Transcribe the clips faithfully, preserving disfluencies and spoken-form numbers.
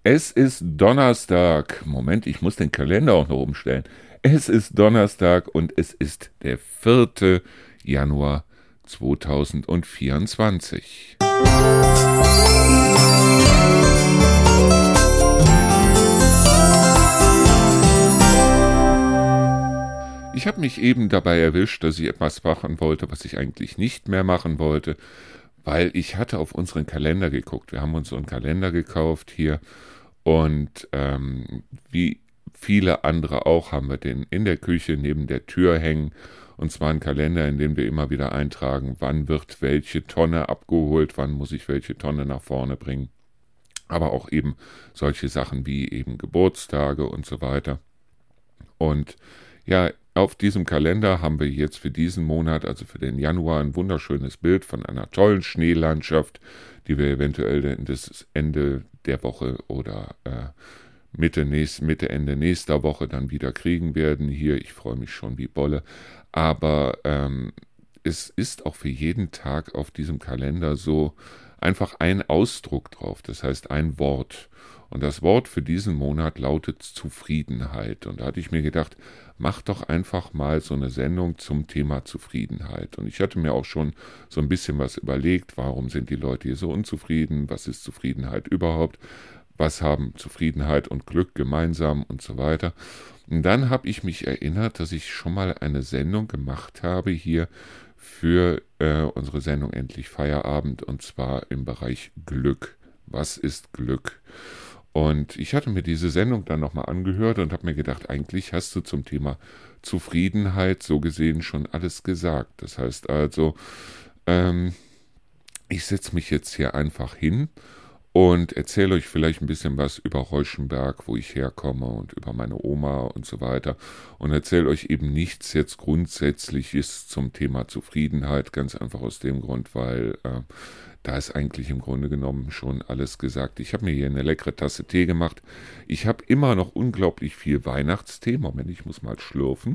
Es ist Donnerstag. Moment, ich muss den Kalender auch noch umstellen. Es ist Donnerstag und es ist der vierte Januar zweitausendvierundzwanzig. Ich habe mich eben dabei erwischt, dass ich etwas machen wollte, was ich eigentlich nicht mehr machen wollte, weil ich hatte auf unseren Kalender geguckt. Wir haben uns so einen Kalender gekauft hier und ähm, wie viele andere auch haben wir den in der Küche neben der Tür hängen. Und zwar ein Kalender, in dem wir immer wieder eintragen, wann wird welche Tonne abgeholt, wann muss ich welche Tonne nach vorne bringen. Aber auch eben solche Sachen wie eben Geburtstage und so weiter. Und ja, auf diesem Kalender haben wir jetzt für diesen Monat, also für den Januar, ein wunderschönes Bild von einer tollen Schneelandschaft, die wir eventuell das Ende der Woche oder äh, Mitte, nächst, Mitte, Ende nächster Woche dann wieder kriegen werden. Hier, ich freue mich schon wie Bolle. Aber ähm, es ist auch für jeden Tag auf diesem Kalender so einfach ein Ausdruck drauf, das heißt ein Wort. Und das Wort für diesen Monat lautet Zufriedenheit. Und da hatte ich mir gedacht, mach doch einfach mal so eine Sendung zum Thema Zufriedenheit. Und ich hatte mir auch schon so ein bisschen was überlegt, warum sind die Leute hier so unzufrieden, was ist Zufriedenheit überhaupt, was haben Zufriedenheit und Glück gemeinsam und so weiter. Und dann habe ich mich erinnert, dass ich schon mal eine Sendung gemacht habe hier für äh, unsere Sendung Endlich Feierabend, und zwar im Bereich Glück. Was ist Glück? Und ich hatte mir diese Sendung dann nochmal angehört und habe mir gedacht, eigentlich hast du zum Thema Zufriedenheit so gesehen schon alles gesagt. Das heißt also, ähm, ich setze mich jetzt hier einfach hin und erzähle euch vielleicht ein bisschen was über Reuschenberg, wo ich herkomme, und über meine Oma und so weiter. Und erzähle euch eben nichts jetzt Grundsätzliches zum Thema Zufriedenheit, ganz einfach aus dem Grund, weil äh, da ist eigentlich im Grunde genommen schon alles gesagt. Ich habe mir hier eine leckere Tasse Tee gemacht. Ich habe immer noch unglaublich viel Weihnachtstee. Moment, ich muss mal schlürfen.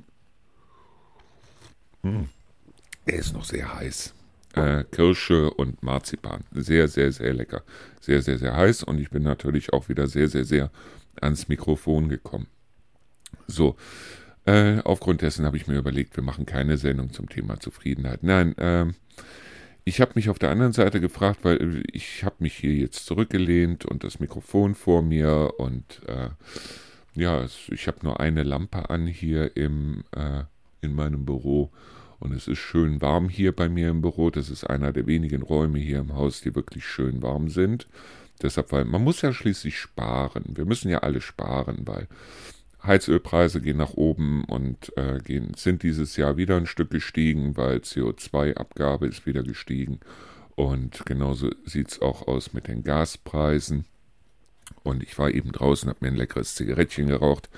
Hm. Er ist noch sehr heiß. Äh, Kirsche und Marzipan. Sehr, sehr, sehr lecker. Sehr, sehr, sehr heiß. Und ich bin natürlich auch wieder sehr, sehr, sehr ans Mikrofon gekommen. So, äh, aufgrund dessen habe ich mir überlegt, wir machen keine Sendung zum Thema Zufriedenheit. Nein, ähm, ich habe mich auf der anderen Seite gefragt, weil ich habe mich hier jetzt zurückgelehnt und das Mikrofon vor mir und äh, ja, es, ich habe nur eine Lampe an hier im, äh, in meinem Büro und es ist schön warm hier bei mir im Büro. Das ist einer der wenigen Räume hier im Haus, die wirklich schön warm sind. Deshalb, weil man muss ja schließlich sparen. Wir müssen ja alle sparen, weil Heizölpreise gehen nach oben und äh, gehen, sind dieses Jahr wieder ein Stück gestiegen, weil C O zwei Abgabe ist wieder gestiegen. Und genauso sieht es auch aus mit den Gaspreisen. Und ich war eben draußen, habe mir ein leckeres Zigarettchen geraucht.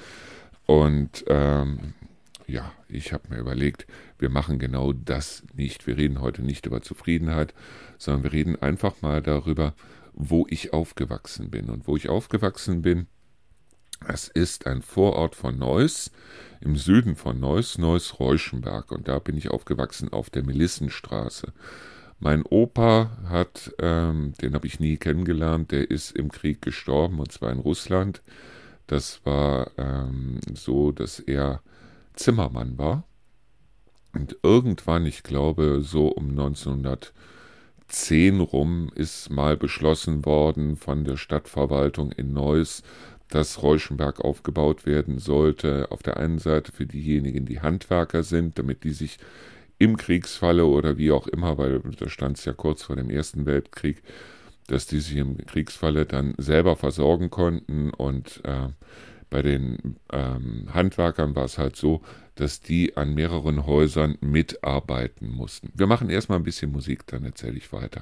Und ähm, ja, ich habe mir überlegt, wir machen genau das nicht. Wir reden heute nicht über Zufriedenheit, sondern wir reden einfach mal darüber, wo ich aufgewachsen bin. Und wo ich aufgewachsen bin, das ist ein Vorort von Neuss, im Süden von Neuss, Neuss-Reuschenberg. Und da bin ich aufgewachsen auf der Melissenstraße. Mein Opa hat, ähm, den habe ich nie kennengelernt, der ist im Krieg gestorben, und zwar in Russland. Das war ähm, so, dass er Zimmermann war. Und irgendwann, ich glaube so um neunzehnhundertzehn rum, ist mal beschlossen worden von der Stadtverwaltung in Neuss, dass Reuschenberg aufgebaut werden sollte. Auf der einen Seite für diejenigen, die Handwerker sind, damit die sich im Kriegsfalle oder wie auch immer, weil da stand es ja kurz vor dem Ersten Weltkrieg, dass die sich im Kriegsfalle dann selber versorgen konnten. Und äh, bei den ähm, Handwerkern war es halt so, dass die an mehreren Häusern mitarbeiten mussten. Wir machen erstmal ein bisschen Musik, dann erzähle ich weiter.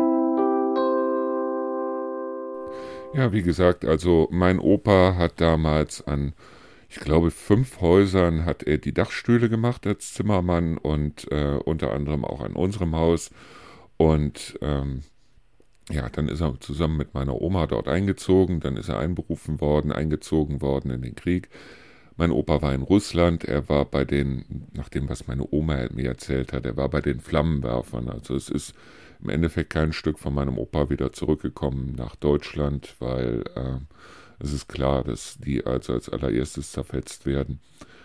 Ja, wie gesagt, also mein Opa hat damals an, ich glaube, fünf Häusern hat er die Dachstühle gemacht als Zimmermann und äh, unter anderem auch an unserem Haus. Und ähm, ja, dann ist er zusammen mit meiner Oma dort eingezogen, dann ist er einberufen worden, eingezogen worden in den Krieg. Mein Opa war in Russland, er war bei den, nach dem, was meine Oma mir erzählt hat, er war bei den Flammenwerfern. Also es ist im Endeffekt kein Stück von meinem Opa wieder zurückgekommen nach Deutschland, weil äh, Es ist klar, dass die also als allererstes zerfetzt werden.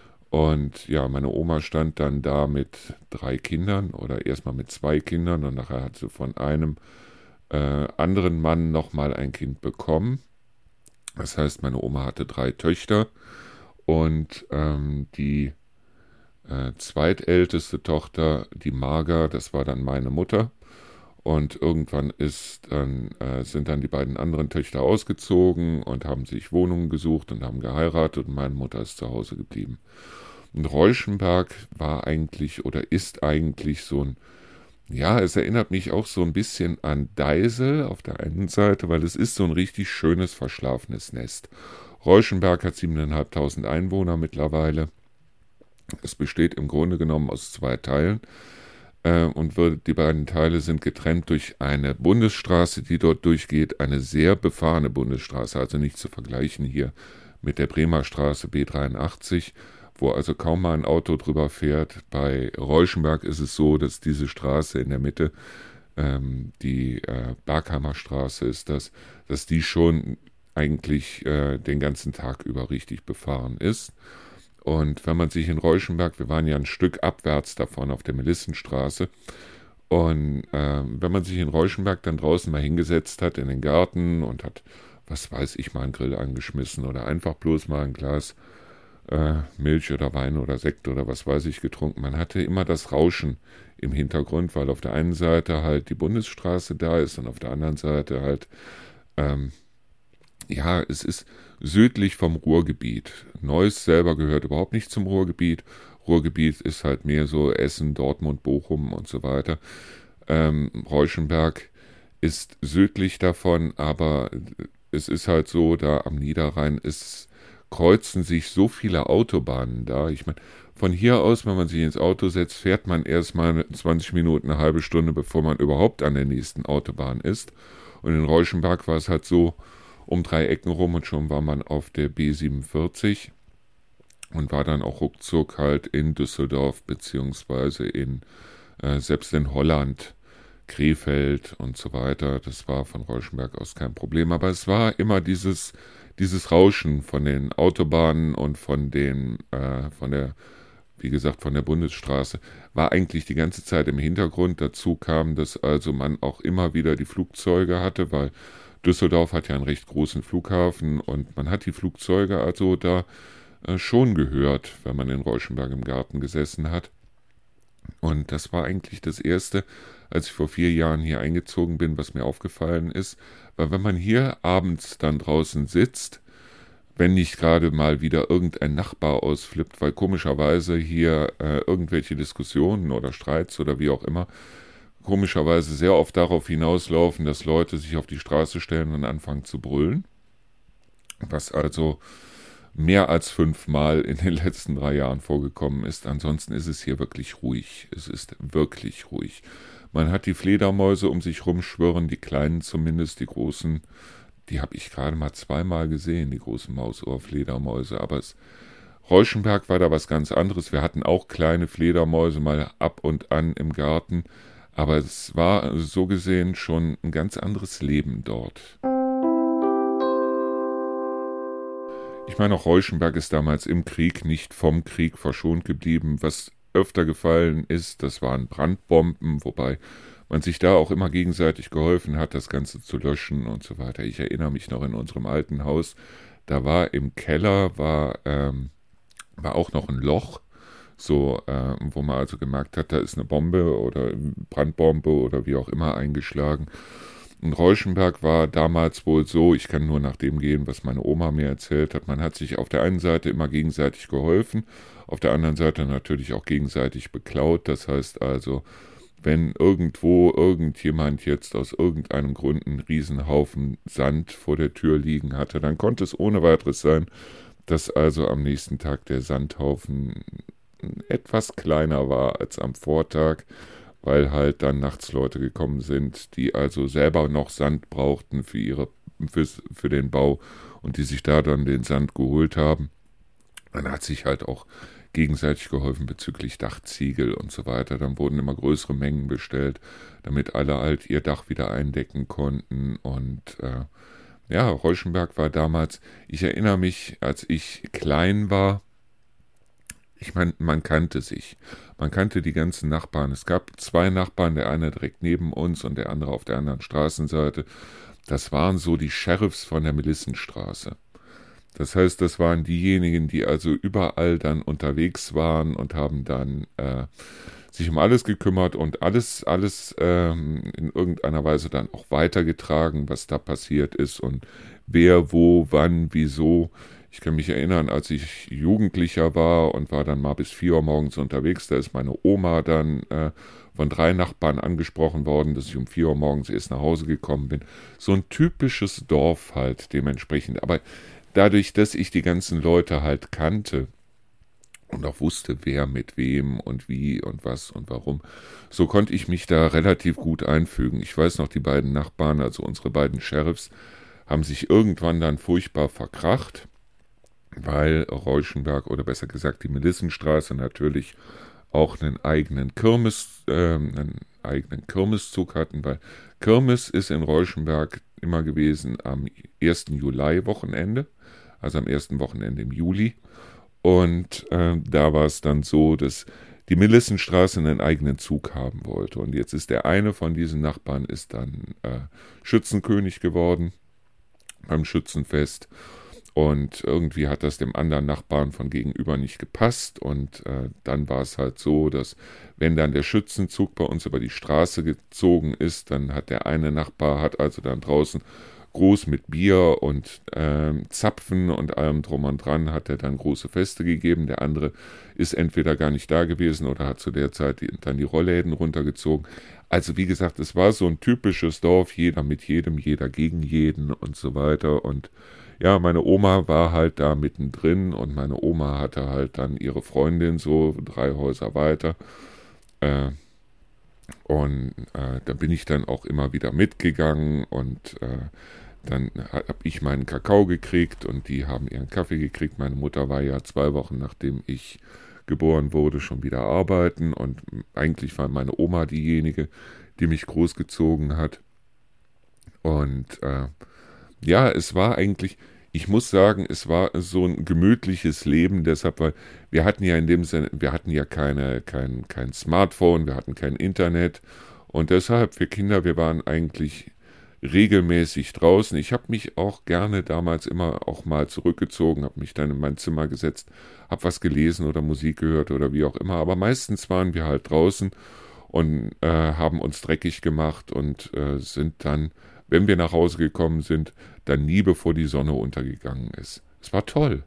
Und ja, meine Oma stand dann da mit drei Kindern oder erstmal mit zwei Kindern und nachher hat sie von einem äh, anderen Mann nochmal ein Kind bekommen. Das heißt, meine Oma hatte drei Töchter und ähm, die äh, zweitälteste Tochter, die Marga, das war dann meine Mutter. Und irgendwann ist dann, äh, sind dann die beiden anderen Töchter ausgezogen und haben sich Wohnungen gesucht und haben geheiratet und meine Mutter ist zu Hause geblieben. Und Reuschenberg war eigentlich oder ist eigentlich so ein, ja, es erinnert mich auch so ein bisschen an Deisel auf der einen Seite, weil es ist so ein richtig schönes, verschlafenes Nest. Reuschenberg hat siebentausendfünfhundert Einwohner mittlerweile. Es besteht im Grunde genommen aus zwei Teilen. Und die beiden Teile sind getrennt durch eine Bundesstraße, die dort durchgeht, eine sehr befahrene Bundesstraße, also nicht zu vergleichen hier mit der Bremer Straße B dreiundachtzig, wo also kaum mal ein Auto drüber fährt. Bei Reuschenberg ist es so, dass diese Straße in der Mitte, ähm, die äh, Bergheimer Straße ist das, dass die schon eigentlich äh, den ganzen Tag über richtig befahren ist. Und wenn man sich in Reuschenberg, wir waren ja ein Stück abwärts davon auf der Melissenstraße, und äh, wenn man sich in Reuschenberg dann draußen mal hingesetzt hat in den Garten und hat, was weiß ich, mal einen Grill angeschmissen oder einfach bloß mal ein Glas äh, Milch oder Wein oder Sekt oder was weiß ich getrunken, man hatte immer das Rauschen im Hintergrund, weil auf der einen Seite halt die Bundesstraße da ist und auf der anderen Seite halt ähm, ja, es ist südlich vom Ruhrgebiet. Neuss selber gehört überhaupt nicht zum Ruhrgebiet. Ruhrgebiet ist halt mehr so Essen, Dortmund, Bochum und so weiter. Ähm, Reuschenberg ist südlich davon, aber es ist halt so, da am Niederrhein ist, kreuzen sich so viele Autobahnen da. Ich meine, von hier aus, wenn man sich ins Auto setzt, fährt man erstmal zwanzig Minuten, eine halbe Stunde, bevor man überhaupt an der nächsten Autobahn ist. Und in Reuschenberg war es halt so, um drei Ecken rum und schon war man auf der B siebenundvierzig und war dann auch ruckzuck halt in Düsseldorf beziehungsweise in, äh, selbst in Holland, Krefeld und so weiter. Das war von Reuschenberg aus kein Problem, aber es war immer dieses, dieses Rauschen von den Autobahnen und von den, äh, von der, wie gesagt, von der Bundesstraße, war eigentlich die ganze Zeit im Hintergrund. Dazu kam, dass also man auch immer wieder die Flugzeuge hatte, weil Düsseldorf hat ja einen recht großen Flughafen und man hat die Flugzeuge also da äh, schon gehört, wenn man in Reuschenberg im Garten gesessen hat. Und das war eigentlich das Erste, als ich vor vier Jahren hier eingezogen bin, was mir aufgefallen ist, weil wenn man hier abends dann draußen sitzt, wenn nicht gerade mal wieder irgendein Nachbar ausflippt, weil komischerweise hier äh, irgendwelche Diskussionen oder Streits oder wie auch immer komischerweise sehr oft darauf hinauslaufen, dass Leute sich auf die Straße stellen und anfangen zu brüllen, was also mehr als fünfmal in den letzten drei Jahren vorgekommen ist. Ansonsten ist es hier wirklich ruhig. Es ist wirklich ruhig. Man hat die Fledermäuse um sich rumschwirren, die kleinen zumindest, die großen, die habe ich gerade mal zweimal gesehen, die großen Mausohrfledermäuse, aber es Reuschenberg war da was ganz anderes. Wir hatten auch kleine Fledermäuse mal ab und an im Garten, aber es war so gesehen schon ein ganz anderes Leben dort. Ich meine, auch Reuschenberg ist damals im Krieg nicht vom Krieg verschont geblieben. Was öfter gefallen ist, das waren Brandbomben, wobei man sich da auch immer gegenseitig geholfen hat, das Ganze zu löschen und so weiter. Ich erinnere mich noch in unserem alten Haus, da war im Keller, war, ähm, war auch noch ein Loch, so, äh, wo man also gemerkt hat, da ist eine Bombe oder Brandbombe oder wie auch immer eingeschlagen. Und Reuschenberg war damals wohl so, ich kann nur nach dem gehen, was meine Oma mir erzählt hat, man hat sich auf der einen Seite immer gegenseitig geholfen, auf der anderen Seite natürlich auch gegenseitig beklaut. Das heißt also, wenn irgendwo irgendjemand jetzt aus irgendeinem Grund einen Riesenhaufen Sand vor der Tür liegen hatte, dann konnte es ohne weiteres sein, dass also am nächsten Tag der Sandhaufen etwas kleiner war als am Vortag, weil halt dann nachts Leute gekommen sind, die also selber noch Sand brauchten für, ihre, für, für den Bau und die sich da dann den Sand geholt haben. Man hat sich halt auch gegenseitig geholfen bezüglich Dachziegel und so weiter. Dann wurden immer größere Mengen bestellt, damit alle halt ihr Dach wieder eindecken konnten. Und äh, ja, Reuschenberg war damals, ich erinnere mich, als ich klein war, ich meine, man kannte sich. Man kannte die ganzen Nachbarn. Es gab zwei Nachbarn, der eine direkt neben uns und der andere auf der anderen Straßenseite. Das waren so die Sheriffs von der Melissenstraße. Das heißt, das waren diejenigen, die also überall dann unterwegs waren und haben dann äh, sich um alles gekümmert und alles, alles ähm, in irgendeiner Weise dann auch weitergetragen, was da passiert ist und wer, wo, wann, wieso. Ich kann mich erinnern, als ich Jugendlicher war und war dann mal bis vier Uhr morgens unterwegs, da ist meine Oma dann äh, von drei Nachbarn angesprochen worden, dass ich um vier Uhr morgens erst nach Hause gekommen bin. So ein typisches Dorf halt dementsprechend. Aber dadurch, dass ich die ganzen Leute halt kannte und auch wusste, wer mit wem und wie und was und warum, so konnte ich mich da relativ gut einfügen. Ich weiß noch, die beiden Nachbarn, also unsere beiden Sheriffs, haben sich irgendwann dann furchtbar verkracht, weil Reuschenberg oder besser gesagt die Melissenstraße natürlich auch einen eigenen Kirmes, äh, einen eigenen Kirmeszug hatten, weil Kirmes ist in Reuschenberg immer gewesen am ersten Juli-Wochenende, also am ersten Wochenende im Juli. Und äh, da war es dann so, dass die Melissenstraße einen eigenen Zug haben wollte. Und jetzt ist der eine von diesen Nachbarn ist dann äh, Schützenkönig geworden beim Schützenfest. Und irgendwie hat das dem anderen Nachbarn von gegenüber nicht gepasst. Und äh, dann war es halt so, dass wenn dann der Schützenzug bei uns über die Straße gezogen ist, dann hat der eine Nachbar, hat also dann draußen groß mit Bier und äh, Zapfen und allem drum und dran, hat er dann große Feste gegeben. Der andere ist entweder gar nicht da gewesen oder hat zu der Zeit die, dann die Rollläden runtergezogen. Also wie gesagt, es war so ein typisches Dorf, jeder mit jedem, jeder gegen jeden und so weiter. Und ja, meine Oma war halt da mittendrin und meine Oma hatte halt dann ihre Freundin so drei Häuser weiter. Äh, und äh, da bin ich dann auch immer wieder mitgegangen und äh, dann habe ich meinen Kakao gekriegt und die haben ihren Kaffee gekriegt. Meine Mutter war ja zwei Wochen, nachdem ich geboren wurde, schon wieder arbeiten und eigentlich war meine Oma diejenige, die mich großgezogen hat. Und äh, ja, es war eigentlich, ich muss sagen, es war so ein gemütliches Leben, deshalb, weil wir hatten ja in dem Sinne, wir hatten ja keine, kein, kein Smartphone, wir hatten kein Internet und deshalb für Kinder, wir waren eigentlich regelmäßig draußen. Ich habe mich auch gerne damals immer auch mal zurückgezogen, habe mich dann in mein Zimmer gesetzt, habe was gelesen oder Musik gehört oder wie auch immer, aber meistens waren wir halt draußen und äh, haben uns dreckig gemacht und äh, sind dann, wenn wir nach Hause gekommen sind, dann nie bevor die Sonne untergegangen ist. Es war toll.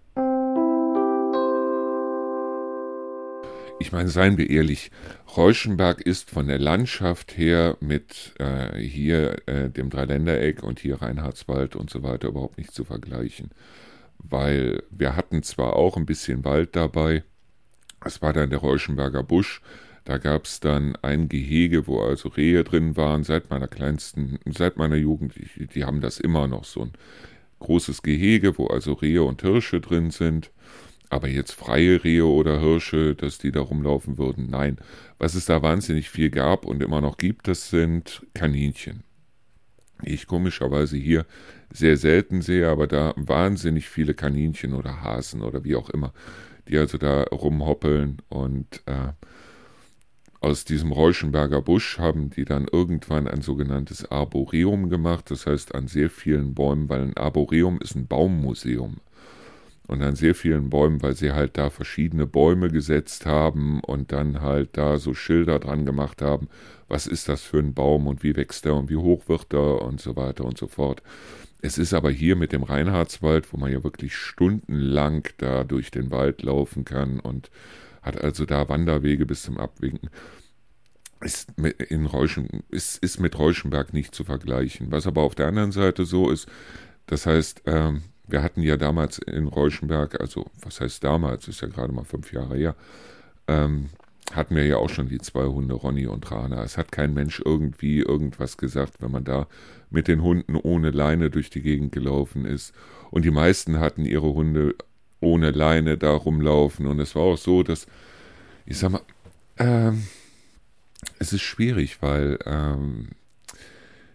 Ich meine, seien wir ehrlich, Reuschenberg ist von der Landschaft her mit äh, hier äh, dem Dreiländereck und hier Reinhardswald und so weiter überhaupt nicht zu vergleichen. Weil wir hatten zwar auch ein bisschen Wald dabei, es war dann der Reuschenberger Busch, da gab es dann ein Gehege, wo also Rehe drin waren, seit meiner kleinsten, seit meiner Jugend, die, die haben das immer noch, so ein großes Gehege, wo also Rehe und Hirsche drin sind. Aber jetzt freie Rehe oder Hirsche, dass die da rumlaufen würden, nein. Was es da wahnsinnig viel gab und immer noch gibt, das sind Kaninchen. Die ich komischerweise hier sehr selten sehe, aber da wahnsinnig viele Kaninchen oder Hasen oder wie auch immer, die also da rumhoppeln und äh, aus diesem Reuschenberger Busch haben die dann irgendwann ein sogenanntes Arboreum gemacht, das heißt an sehr vielen Bäumen, weil ein Arboreum ist ein Baummuseum. Und an sehr vielen Bäumen, weil sie halt da verschiedene Bäume gesetzt haben und dann halt da so Schilder dran gemacht haben, was ist das für ein Baum und wie wächst er und wie hoch wird er und so weiter und so fort. Es ist aber hier mit dem Reinhardswald, wo man ja wirklich stundenlang da durch den Wald laufen kann und hat also da Wanderwege bis zum Abwinken, ist mit, in Reuschen, ist, ist mit Reuschenberg nicht zu vergleichen. Was aber auf der anderen Seite so ist, das heißt, ähm, wir hatten ja damals in Reuschenberg, also was heißt damals, ist ja gerade mal fünf Jahre her, ähm, hatten wir ja auch schon die zwei Hunde, Ronny und Rana. Es hat kein Mensch irgendwie irgendwas gesagt, wenn man da mit den Hunden ohne Leine durch die Gegend gelaufen ist. Und die meisten hatten ihre Hunde ohne Leine da rumlaufen. Und es war auch so, dass, ich sag mal, ähm, es ist schwierig, weil ähm,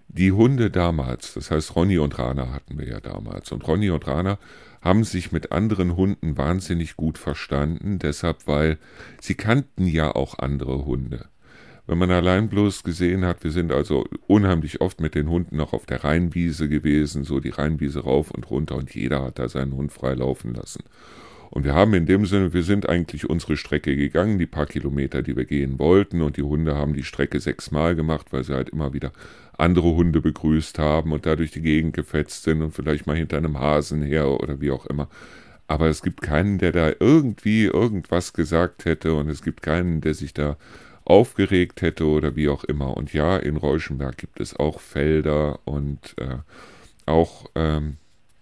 Die Hunde damals, das heißt Ronny und Rana hatten wir ja damals. Und Ronny und Rana haben sich mit anderen Hunden wahnsinnig gut verstanden, deshalb, weil sie kannten ja auch andere Hunde. Wenn man allein bloß gesehen hat, wir sind also unheimlich oft mit den Hunden noch auf der Rheinwiese gewesen, so die Rheinwiese rauf und runter und jeder hat da seinen Hund frei laufen lassen. Und wir haben in dem Sinne, wir sind eigentlich unsere Strecke gegangen, die paar Kilometer, die wir gehen wollten, und die Hunde haben die Strecke sechsmal gemacht, weil sie halt immer wieder andere Hunde begrüßt haben und da durch die Gegend gefetzt sind und vielleicht mal hinter einem Hasen her oder wie auch immer. Aber es gibt keinen, der da irgendwie irgendwas gesagt hätte, und es gibt keinen, der sich da aufgeregt hätte oder wie auch immer. Und ja, in Reuschenberg gibt es auch Felder und äh, auch ähm,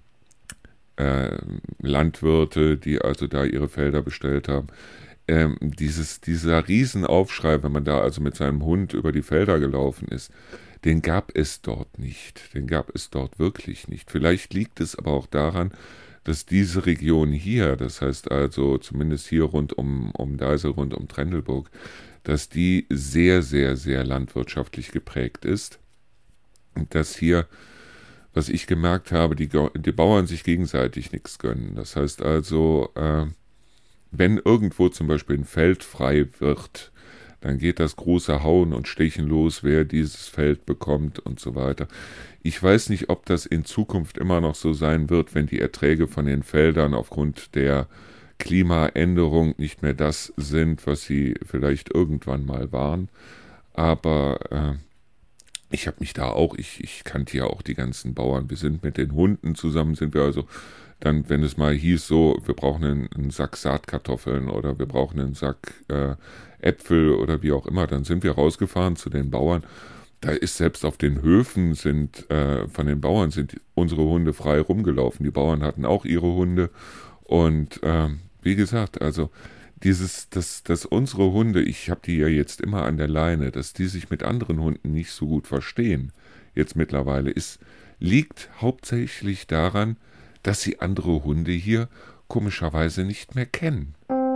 äh, Landwirte, die also da ihre Felder bestellt haben. Ähm, dieses, dieser Riesenaufschrei, wenn man da also mit seinem Hund über die Felder gelaufen ist, den gab es dort nicht. Den gab es dort wirklich nicht. Vielleicht liegt es aber auch daran, dass diese Region hier, das heißt also zumindest hier rund um, um Deisel, rund um Trendelburg, dass die sehr, sehr, sehr landwirtschaftlich geprägt ist. Und dass hier, was ich gemerkt habe, die, die Bauern sich gegenseitig nichts gönnen. Das heißt also, äh, wenn irgendwo zum Beispiel ein Feld frei wird, dann geht das große Hauen und Stechen los, wer dieses Feld bekommt und so weiter. Ich weiß nicht, ob das in Zukunft immer noch so sein wird, wenn die Erträge von den Feldern aufgrund der Klimaänderung nicht mehr das sind, was sie vielleicht irgendwann mal waren. Aber äh, ich habe mich da auch, ich, ich kannte ja auch die ganzen Bauern. Wir sind mit den Hunden zusammen, sind wir also dann, wenn es mal hieß, so, wir brauchen einen, einen Sack Saatkartoffeln oder wir brauchen einen Sack äh, Äpfel oder wie auch immer, dann sind wir rausgefahren zu den Bauern. Da ist selbst auf den Höfen sind, äh, von den Bauern sind unsere Hunde frei rumgelaufen. Die Bauern hatten auch ihre Hunde. Und äh, wie gesagt, also dieses, dass, dass unsere Hunde, ich habe die ja jetzt immer an der Leine, dass die sich mit anderen Hunden nicht so gut verstehen, jetzt mittlerweile, ist, liegt hauptsächlich daran, dass sie andere Hunde hier komischerweise nicht mehr kennen.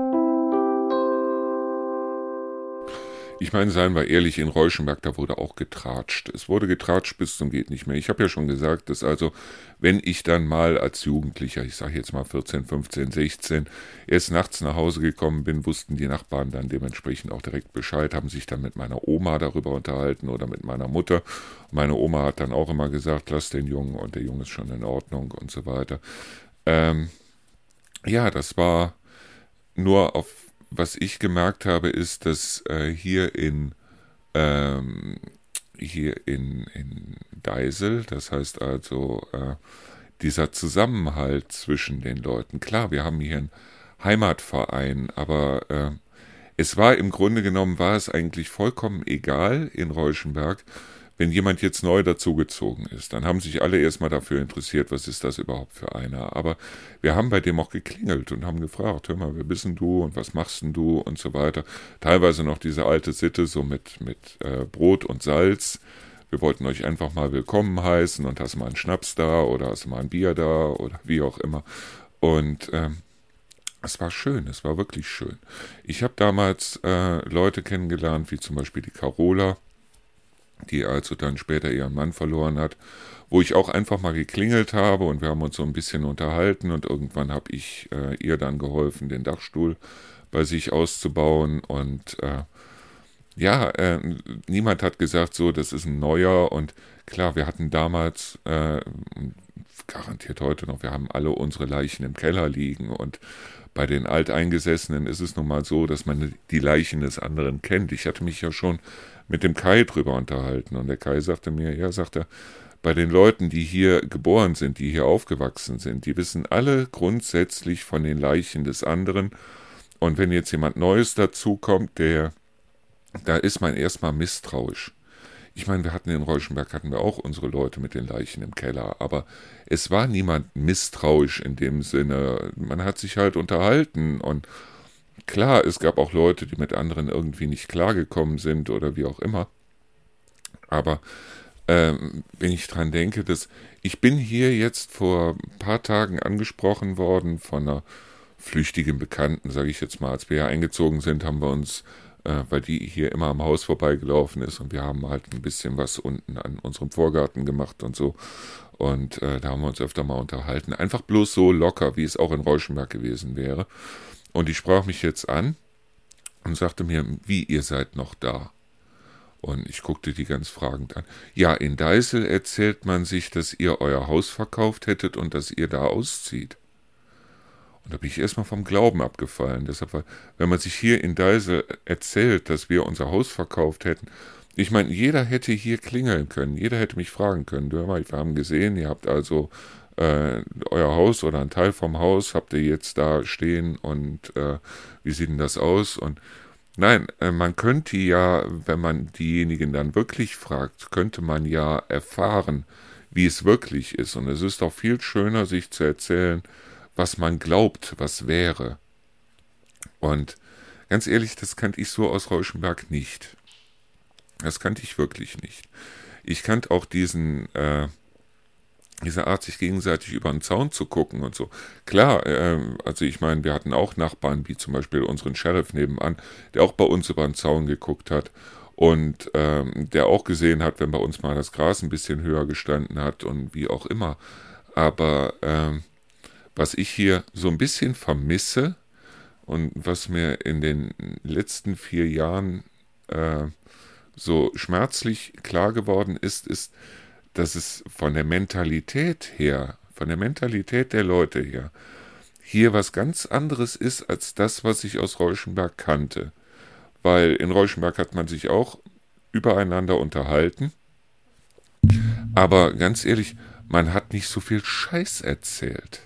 Ich meine, seien wir ehrlich, in Reuschenberg, da wurde auch getratscht. Es wurde getratscht bis zum geht nicht mehr. Ich habe ja schon gesagt, dass also, wenn ich dann mal als Jugendlicher, ich sage jetzt mal vierzehn, fünfzehn, sechzehn, erst nachts nach Hause gekommen bin, wussten die Nachbarn dann dementsprechend auch direkt Bescheid, haben sich dann mit meiner Oma darüber unterhalten oder mit meiner Mutter. Meine Oma hat dann auch immer gesagt, lass den Jungen und der Junge ist schon in Ordnung und so weiter. Ähm, ja, das war nur auf was ich gemerkt habe, ist, dass äh, hier in ähm, hier in, in Deisel, das heißt also äh, dieser Zusammenhalt zwischen den Leuten, klar, wir haben hier einen Heimatverein, aber äh, es war im Grunde genommen, war es eigentlich vollkommen egal in Reuschenberg, wenn jemand jetzt neu dazugezogen ist, dann haben sich alle erstmal dafür interessiert, was ist das überhaupt für einer. Aber wir haben bei dem auch geklingelt und haben gefragt, hör mal, wer bist denn du und was machst denn du und so weiter. Teilweise noch diese alte Sitte, so mit, mit äh, Brot und Salz. Wir wollten euch einfach mal willkommen heißen und hast du mal einen Schnaps da oder hast du mal ein Bier da oder wie auch immer. Und ähm, es war schön, es war wirklich schön. Ich habe damals äh, Leute kennengelernt, wie zum Beispiel die Carola, die also dann später ihren Mann verloren hat, wo ich auch einfach mal geklingelt habe und wir haben uns so ein bisschen unterhalten und irgendwann habe ich äh, ihr dann geholfen, den Dachstuhl bei sich auszubauen und äh, ja, äh, niemand hat gesagt, so, das ist ein neuer und klar, wir hatten damals, äh, garantiert heute noch, wir haben alle unsere Leichen im Keller liegen und bei den Alteingesessenen ist es nun mal so, dass man die Leichen des anderen kennt. Ich hatte mich ja schon mit dem Kai drüber unterhalten und der Kai sagte mir, ja, sagt er, bei den Leuten, die hier geboren sind, die hier aufgewachsen sind, die wissen alle grundsätzlich von den Leichen des anderen und wenn jetzt jemand Neues dazukommt, der, da ist man erstmal misstrauisch. Ich meine, wir hatten in Reuschenberg, hatten wir auch unsere Leute mit den Leichen im Keller, aber es war niemand misstrauisch in dem Sinne. Man hat sich halt unterhalten und klar, es gab auch Leute, die mit anderen irgendwie nicht klargekommen sind oder wie auch immer. Aber ähm, wenn ich dran denke, dass ich bin hier jetzt vor ein paar Tagen angesprochen worden von einer flüchtigen Bekannten, sage ich jetzt mal. Als wir hier eingezogen sind, haben wir uns äh, weil die hier immer am Haus vorbeigelaufen ist und wir haben halt ein bisschen was unten an unserem Vorgarten gemacht und so. Und äh, da haben wir uns öfter mal unterhalten. Einfach bloß so locker, wie es auch in Reuschenberg gewesen wäre. Und die sprach mich jetzt an und sagte mir, wie, ihr seid noch da? Und ich guckte die ganz fragend an. Ja, in Deisel erzählt man sich, dass ihr euer Haus verkauft hättet und dass ihr da auszieht. Und da bin ich erstmal vom Glauben abgefallen. Deshalb, wenn man sich hier in Deisel erzählt, dass wir unser Haus verkauft hätten, ich meine, jeder hätte hier klingeln können, jeder hätte mich fragen können. Wir haben gesehen, ihr habt also äh, euer Haus oder einen Teil vom Haus, habt ihr jetzt da stehen und äh, wie sieht denn das aus? Und nein, äh, man könnte ja, wenn man diejenigen dann wirklich fragt, könnte man ja erfahren, wie es wirklich ist. Und es ist auch viel schöner, sich zu erzählen, was man glaubt, was wäre. Und ganz ehrlich, das kannte ich so aus Reuschenberg nicht. Das kannte ich wirklich nicht. Ich kannte auch diesen, äh, diese Art, sich gegenseitig über den Zaun zu gucken und so. Klar, äh, also ich meine, wir hatten auch Nachbarn, wie zum Beispiel unseren Sheriff nebenan, der auch bei uns über den Zaun geguckt hat und ähm, der auch gesehen hat, wenn bei uns mal das Gras ein bisschen höher gestanden hat und wie auch immer. Aber ähm, was ich hier so ein bisschen vermisse und was mir in den letzten vier Jahren äh, so schmerzlich klar geworden ist, ist, dass es von der Mentalität her, von der Mentalität der Leute her, hier was ganz anderes ist als das, was ich aus Reuschenberg kannte. Weil in Reuschenberg hat man sich auch übereinander unterhalten, aber ganz ehrlich, man hat nicht so viel Scheiß erzählt.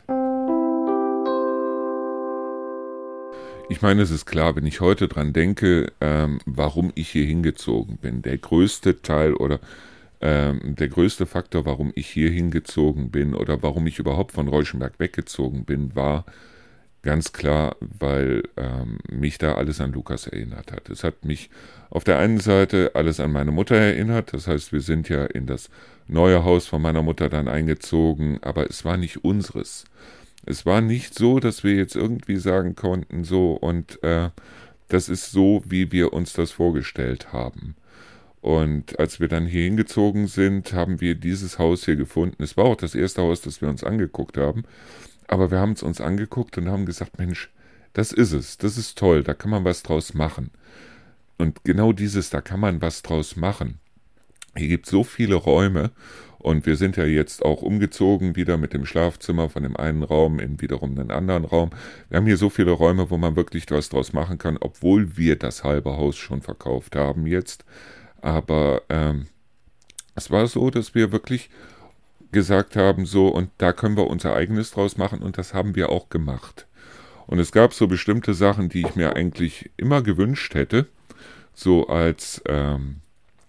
Ich meine, es ist klar, wenn ich heute dran denke, ähm, warum ich hier hingezogen bin. Der größte Teil oder ähm, der größte Faktor, warum ich hier hingezogen bin oder warum ich überhaupt von Reuschenberg weggezogen bin, war ganz klar, weil ähm, mich da alles an Lukas erinnert hat. Es hat mich auf der einen Seite alles an meine Mutter erinnert. Das heißt, wir sind ja in das neue Haus von meiner Mutter dann eingezogen, aber es war nicht unseres. Es war nicht so, dass wir jetzt irgendwie sagen konnten, so und äh, das ist so, wie wir uns das vorgestellt haben. Und als wir dann hier hingezogen sind, haben wir dieses Haus hier gefunden. Es war auch das erste Haus, das wir uns angeguckt haben. Aber wir haben es uns angeguckt und haben gesagt, Mensch, das ist es, das ist toll, da kann man was draus machen. Und genau dieses, da kann man was draus machen. Hier gibt es so viele Räume und wir sind ja jetzt auch umgezogen, wieder mit dem Schlafzimmer von dem einen Raum in wiederum einen anderen Raum. Wir haben hier so viele Räume, wo man wirklich was draus machen kann, obwohl wir das halbe Haus schon verkauft haben jetzt. Aber ähm, es war so, dass wir wirklich gesagt haben, so und da können wir unser eigenes draus machen und das haben wir auch gemacht. Und es gab so bestimmte Sachen, die ich mir eigentlich immer gewünscht hätte, so als ähm,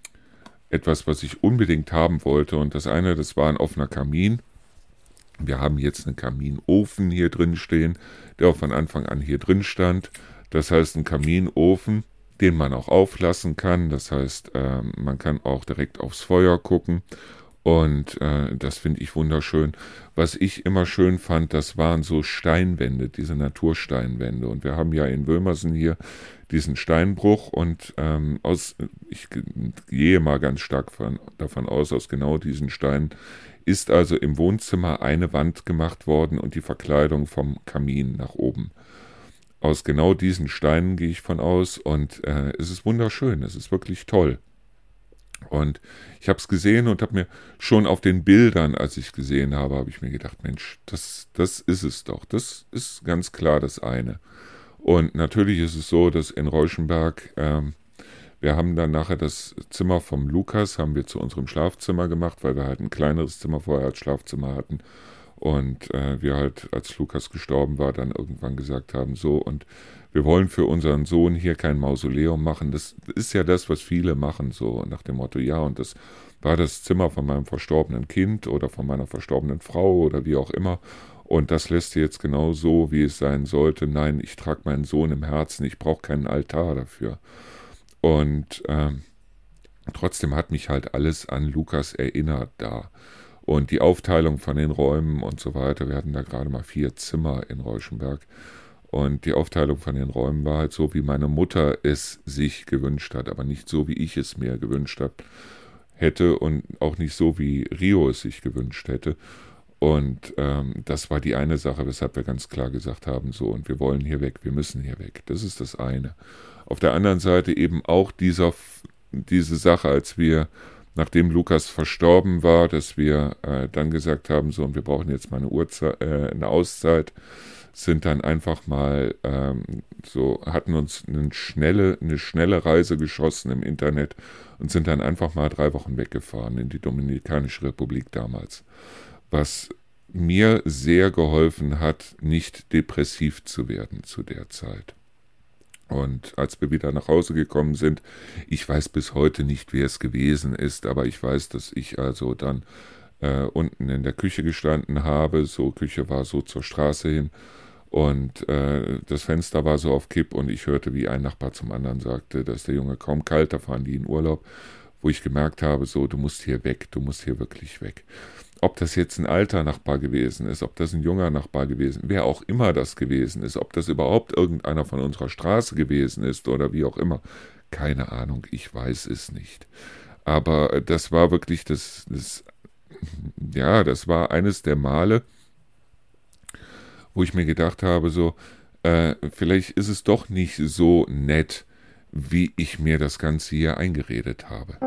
etwas, was ich unbedingt haben wollte. Und das eine, das war ein offener Kamin. Wir haben jetzt einen Kaminofen hier drin stehen, der auch von Anfang an hier drin stand. Das heißt, ein Kaminofen, den man auch auflassen kann. Das heißt, äh, man kann auch direkt aufs Feuer gucken. Und äh, das finde ich wunderschön. Was ich immer schön fand, das waren so Steinwände, diese Natursteinwände. Und wir haben ja in Wömersen hier diesen Steinbruch und ähm, aus, ich gehe mal ganz stark von, davon aus, aus genau diesen Steinen ist also im Wohnzimmer eine Wand gemacht worden und die Verkleidung vom Kamin nach oben. Aus genau diesen Steinen gehe ich von aus und äh, es ist wunderschön, es ist wirklich toll. Und ich habe es gesehen und habe mir schon auf den Bildern, als ich gesehen habe, habe ich mir gedacht, Mensch, das, das ist es doch. Das ist ganz klar das eine. Und natürlich ist es so, dass in Reuschenberg, ähm, wir haben dann nachher das Zimmer vom Lukas, haben wir zu unserem Schlafzimmer gemacht, weil wir halt ein kleineres Zimmer vorher als Schlafzimmer hatten. Und äh, wir halt, als Lukas gestorben war, dann irgendwann gesagt haben, so, und wir wollen für unseren Sohn hier kein Mausoleum machen. Das ist ja das, was viele machen, so nach dem Motto, ja, und das war das Zimmer von meinem verstorbenen Kind oder von meiner verstorbenen Frau oder wie auch immer. Und das lässt sie jetzt genau so, wie es sein sollte. Nein, ich trage meinen Sohn im Herzen, ich brauche keinen Altar dafür. Und ähm, trotzdem hat mich halt alles an Lukas erinnert da. Und die Aufteilung von den Räumen und so weiter, wir hatten da gerade mal vier Zimmer in Reuschenberg. Und die Aufteilung von den Räumen war halt so, wie meine Mutter es sich gewünscht hat, aber nicht so, wie ich es mir gewünscht hab, hätte und auch nicht so, wie Rio es sich gewünscht hätte. Und ähm, das war die eine Sache, weshalb wir ganz klar gesagt haben, so, und wir wollen hier weg, wir müssen hier weg. Das ist das eine. Auf der anderen Seite eben auch dieser, diese Sache, als wir, nachdem Lukas verstorben war, dass wir äh, dann gesagt haben, so, und wir brauchen jetzt mal eine, Uhrzeit, äh, eine Auszeit, sind dann einfach mal ähm, so, hatten uns eine schnelle, eine schnelle Reise geschossen im Internet und sind dann einfach mal drei Wochen weggefahren in die Dominikanische Republik damals. Was mir sehr geholfen hat, nicht depressiv zu werden zu der Zeit. Und als wir wieder nach Hause gekommen sind, ich weiß bis heute nicht, wer es gewesen ist, aber ich weiß, dass ich also dann äh, unten in der Küche gestanden habe. So, Küche war so zur Straße hin und äh, das Fenster war so auf Kipp und ich hörte, wie ein Nachbar zum anderen sagte, dass der Junge kaum kalt, da fahren die in Urlaub, wo ich gemerkt habe, so, du musst hier weg, du musst hier wirklich weg. Ob das jetzt ein alter Nachbar gewesen ist, ob das ein junger Nachbar gewesen, wer auch immer das gewesen ist, ob das überhaupt irgendeiner von unserer Straße gewesen ist oder wie auch immer, keine Ahnung, ich weiß es nicht. Aber das war wirklich das, das ja, das war eines der Male, wo ich mir gedacht habe, so, äh, vielleicht ist es doch nicht so nett, wie ich mir das Ganze hier eingeredet habe.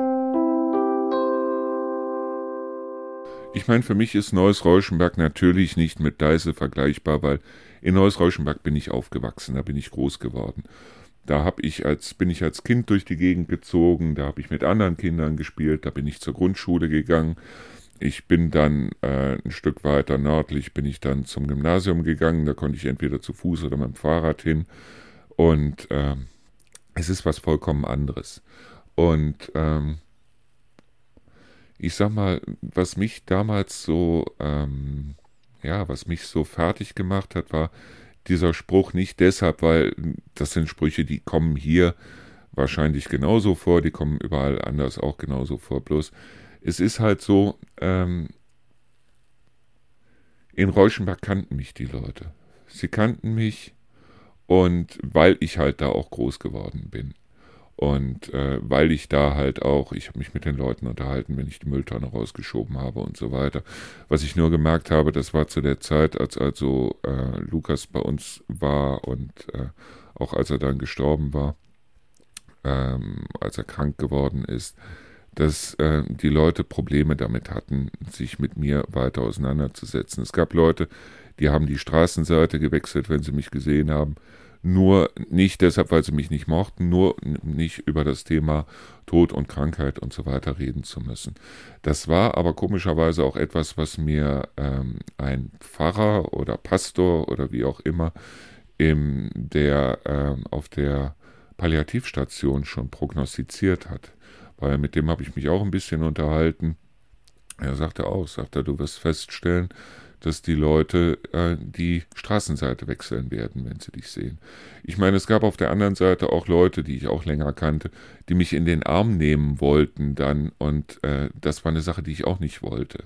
Ich meine, für mich ist Neuss-Reuschenberg natürlich nicht mit Deisel vergleichbar, weil in Neuss-Reuschenberg bin ich aufgewachsen, da bin ich groß geworden. Da hab ich als, bin ich als Kind durch die Gegend gezogen, da habe ich mit anderen Kindern gespielt, da bin ich zur Grundschule gegangen. Ich bin dann äh, ein Stück weiter nördlich, bin ich dann zum Gymnasium gegangen, da konnte ich entweder zu Fuß oder mit dem Fahrrad hin. Und äh, es ist was vollkommen anderes. Und ähm, ich sag mal, was mich damals so, ähm, ja, was mich so fertig gemacht hat, war dieser Spruch nicht deshalb, weil das sind Sprüche, die kommen hier wahrscheinlich genauso vor, die kommen überall anders auch genauso vor. Bloß es ist halt so, ähm, in Reuschenberg kannten mich die Leute. Sie kannten mich und weil ich halt da auch groß geworden bin. Und äh, weil ich da halt auch, ich habe mich mit den Leuten unterhalten, wenn ich die Mülltonne rausgeschoben habe und so weiter. Was ich nur gemerkt habe, das war zu der Zeit, als also äh, Lukas bei uns war und äh, auch als er dann gestorben war, ähm, als er krank geworden ist, dass äh, die Leute Probleme damit hatten, sich mit mir weiter auseinanderzusetzen. Es gab Leute, die haben die Straßenseite gewechselt, wenn sie mich gesehen haben. Nur nicht deshalb, weil sie mich nicht mochten, nur nicht über das Thema Tod und Krankheit und so weiter reden zu müssen. Das war aber komischerweise auch etwas, was mir ähm, ein Pfarrer oder Pastor oder wie auch immer im, der ähm, auf der Palliativstation schon prognostiziert hat. Weil mit dem habe ich mich auch ein bisschen unterhalten. Er sagte auch, sagte, du wirst feststellen, dass die Leute äh, die Straßenseite wechseln werden, wenn sie dich sehen. Ich meine, es gab auf der anderen Seite auch Leute, die ich auch länger kannte, die mich in den Arm nehmen wollten dann und äh, das war eine Sache, die ich auch nicht wollte.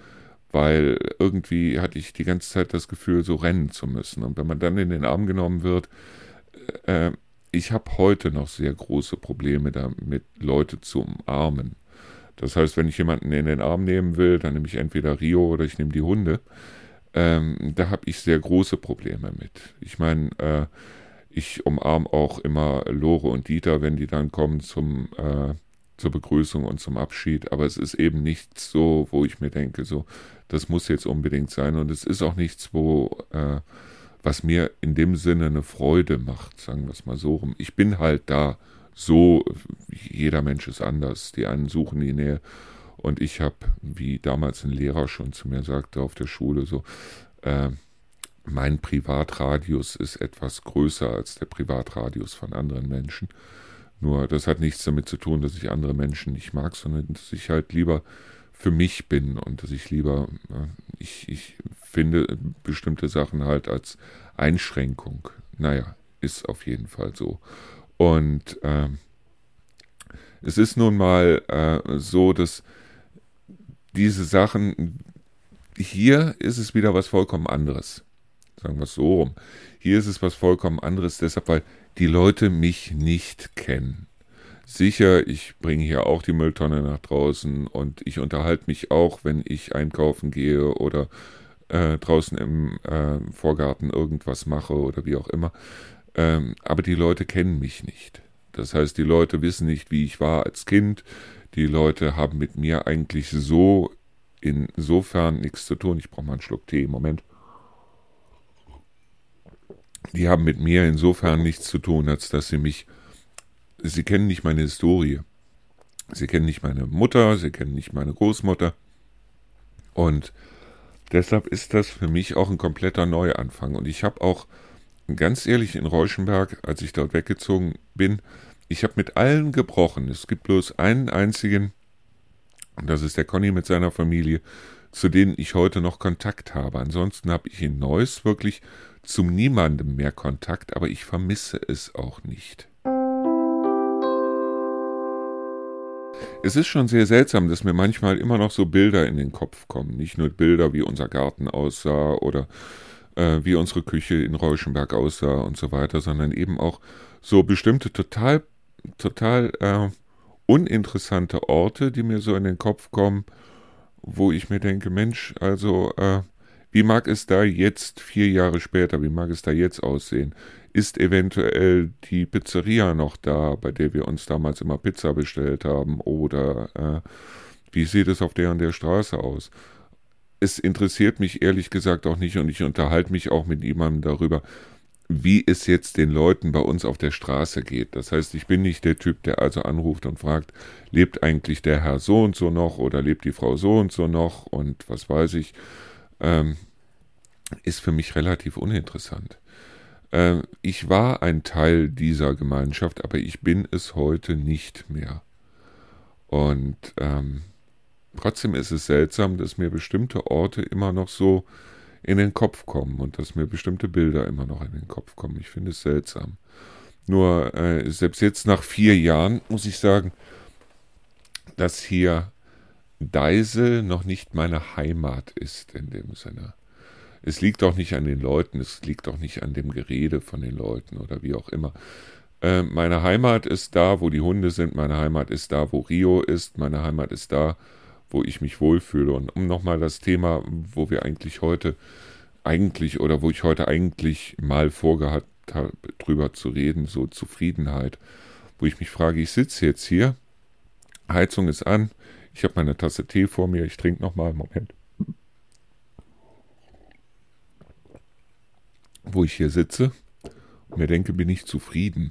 Weil irgendwie hatte ich die ganze Zeit das Gefühl, so rennen zu müssen. Und wenn man dann in den Arm genommen wird, äh, ich habe heute noch sehr große Probleme damit, Leute zu umarmen. Das heißt, wenn ich jemanden in den Arm nehmen will, dann nehme ich entweder Rio oder ich nehme die Hunde. Ähm, da habe ich sehr große Probleme mit. Ich meine, äh, ich umarme auch immer Lore und Dieter, wenn die dann kommen zum, äh, zur Begrüßung und zum Abschied. Aber es ist eben nichts so, wo ich mir denke, so, das muss jetzt unbedingt sein. Und es ist auch nichts, wo, äh, was mir in dem Sinne eine Freude macht, sagen wir es mal so rum. Ich bin halt da. So, jeder Mensch ist anders. Die einen suchen die Nähe. Und ich habe, wie damals ein Lehrer schon zu mir sagte auf der Schule, so, äh, mein Privatradius ist etwas größer als der Privatradius von anderen Menschen. Nur, das hat nichts damit zu tun, dass ich andere Menschen nicht mag, sondern dass ich halt lieber für mich bin und dass ich lieber, äh, ich, ich finde bestimmte Sachen halt als Einschränkung. Naja, ist auf jeden Fall so. Und äh, es ist nun mal äh, so, dass diese Sachen, hier ist es wieder was vollkommen anderes. sagen wir es so rum. Hier ist es was vollkommen anderes, deshalb, weil die Leute mich nicht kennen. Sicher, ich bringe hier auch die Mülltonne nach draußen und ich unterhalte mich auch, wenn ich einkaufen gehe oder äh, draußen im äh, Vorgarten irgendwas mache oder wie auch immer. Ähm, aber die Leute kennen mich nicht. Das heißt, die Leute wissen nicht, wie ich war als Kind. Die Leute haben mit mir eigentlich so insofern nichts zu tun. Ich brauche mal einen Schluck Tee, Moment. Die haben mit mir insofern nichts zu tun, als dass sie mich, sie kennen nicht meine Historie. Sie kennen nicht meine Mutter, sie kennen nicht meine Großmutter. Und deshalb ist das für mich auch ein kompletter Neuanfang. Und ich habe auch, ganz ehrlich, in Reuschenberg, als ich dort weggezogen bin, ich habe mit allen gebrochen. Es gibt bloß einen einzigen, und das ist der Conny mit seiner Familie, zu denen ich heute noch Kontakt habe. Ansonsten habe ich in Neuss wirklich zu niemandem mehr Kontakt, aber ich vermisse es auch nicht. Es ist schon sehr seltsam, dass mir manchmal immer noch so Bilder in den Kopf kommen. Nicht nur Bilder, wie unser Garten aussah oder äh, wie unsere Küche in Reuschenberg aussah und so weiter, sondern eben auch so bestimmte total, total äh, uninteressante Orte, die mir so in den Kopf kommen, wo ich mir denke, Mensch, also äh, wie mag es da jetzt, vier Jahre später, wie mag es da jetzt aussehen? Ist eventuell die Pizzeria noch da, bei der wir uns damals immer Pizza bestellt haben? Oder äh, wie sieht es auf der und der Straße aus? Es interessiert mich ehrlich gesagt auch nicht und ich unterhalte mich auch mit niemandem darüber, wie es jetzt den Leuten bei uns auf der Straße geht. Das heißt, ich bin nicht der Typ, der also anruft und fragt, lebt eigentlich der Herr so und so noch oder lebt die Frau so und so noch und was weiß ich. Ähm, ist für mich relativ uninteressant. Ähm, ich war ein Teil dieser Gemeinschaft, aber ich bin es heute nicht mehr. Und ähm, trotzdem ist es seltsam, dass mir bestimmte Orte immer noch so in den Kopf kommen und dass mir bestimmte Bilder immer noch in den Kopf kommen. Ich finde es seltsam. Nur äh, selbst jetzt nach vier Jahren muss ich sagen, dass hier Deisel noch nicht meine Heimat ist in dem Sinne. Es liegt auch nicht an den Leuten, es liegt auch nicht an dem Gerede von den Leuten oder wie auch immer. Äh, meine Heimat ist da, wo die Hunde sind, meine Heimat ist da, wo Rio ist, meine Heimat ist da, wo ich mich wohlfühle. Und um nochmal das Thema, wo wir eigentlich heute, eigentlich oder wo ich heute eigentlich mal vorgehabt habe, drüber zu reden, so Zufriedenheit, wo ich mich frage, ich sitze jetzt hier, Heizung ist an, ich habe meine Tasse Tee vor mir, ich trinke nochmal, Moment. Wo ich hier sitze und mir denke, bin ich zufrieden.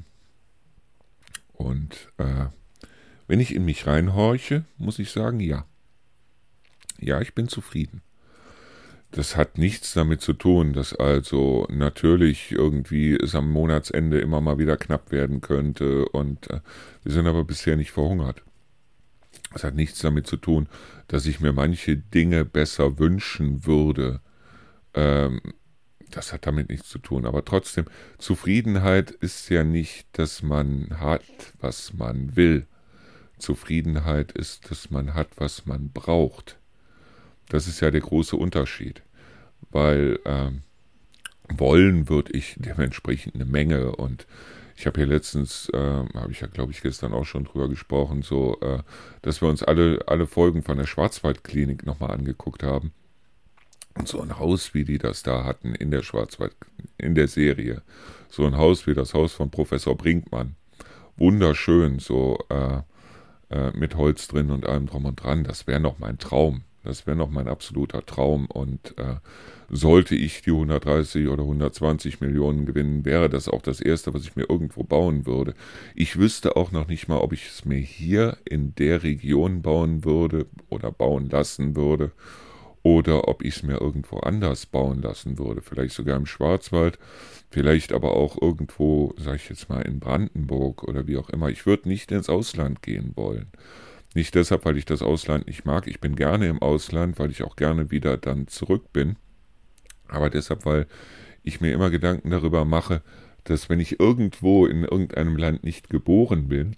Und äh, wenn ich in mich reinhorche, muss ich sagen, ja. Ja, ich bin zufrieden. Das hat nichts damit zu tun, dass also natürlich irgendwie es am Monatsende immer mal wieder knapp werden könnte und äh, wir sind aber bisher nicht verhungert. Es hat nichts damit zu tun, dass ich mir manche Dinge besser wünschen würde. Ähm, das hat damit nichts zu tun. Aber trotzdem, Zufriedenheit ist ja nicht, dass man hat, was man will. Zufriedenheit ist, dass man hat, was man braucht. Das ist ja der große Unterschied. Weil ähm, wollen würde ich dementsprechend eine Menge und ich habe hier letztens, äh, habe ich ja glaube ich gestern auch schon drüber gesprochen, so, äh, dass wir uns alle, alle Folgen von der Schwarzwaldklinik nochmal angeguckt haben. Und so ein Haus, wie die das da hatten in der Schwarzwald, in der Serie. So ein Haus wie das Haus von Professor Brinkmann. Wunderschön, so äh, äh, mit Holz drin und allem drum und dran. Das wäre noch mein Traum. Das wäre noch mein absoluter Traum. Und äh, sollte ich die hundertdreißig oder hundertzwanzig Millionen gewinnen, wäre das auch das Erste, was ich mir irgendwo bauen würde. Ich wüsste auch noch nicht mal, ob ich es mir hier in der Region bauen würde oder bauen lassen würde. Oder ob ich es mir irgendwo anders bauen lassen würde. Vielleicht sogar im Schwarzwald, vielleicht aber auch irgendwo, sag ich jetzt mal, in Brandenburg oder wie auch immer. Ich würde nicht ins Ausland gehen wollen. Nicht deshalb, weil ich das Ausland nicht mag. Ich bin gerne im Ausland, weil ich auch gerne wieder dann zurück bin. Aber deshalb, weil ich mir immer Gedanken darüber mache, dass wenn ich irgendwo in irgendeinem Land nicht geboren bin,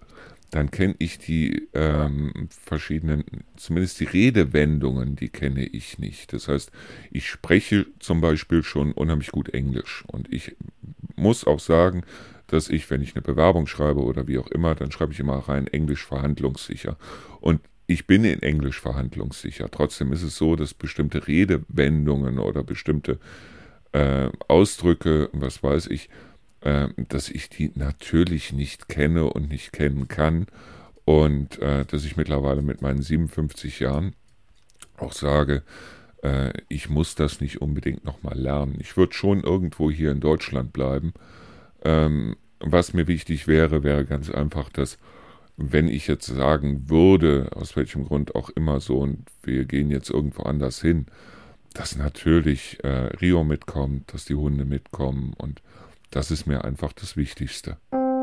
dann kenne ich die ähm, verschiedenen, zumindest die Redewendungen, die kenne ich nicht. Das heißt, ich spreche zum Beispiel schon unheimlich gut Englisch. Und ich muss auch sagen, dass ich, wenn ich eine Bewerbung schreibe oder wie auch immer, dann schreibe ich immer rein Englisch verhandlungssicher. Und ich bin in Englisch verhandlungssicher. Trotzdem ist es so, dass bestimmte Redewendungen oder bestimmte äh, Ausdrücke, was weiß ich, äh, dass ich die natürlich nicht kenne und nicht kennen kann. Und äh, dass ich mittlerweile mit meinen siebenundfünfzig Jahren auch sage, äh, ich muss das nicht unbedingt nochmal lernen. Ich würde schon irgendwo hier in Deutschland bleiben. Ähm, was mir wichtig wäre, wäre ganz einfach, dass wenn ich jetzt sagen würde, aus welchem Grund auch immer so, und wir gehen jetzt irgendwo anders hin, dass natürlich äh, Rio mitkommt, dass die Hunde mitkommen, und das ist mir einfach das Wichtigste.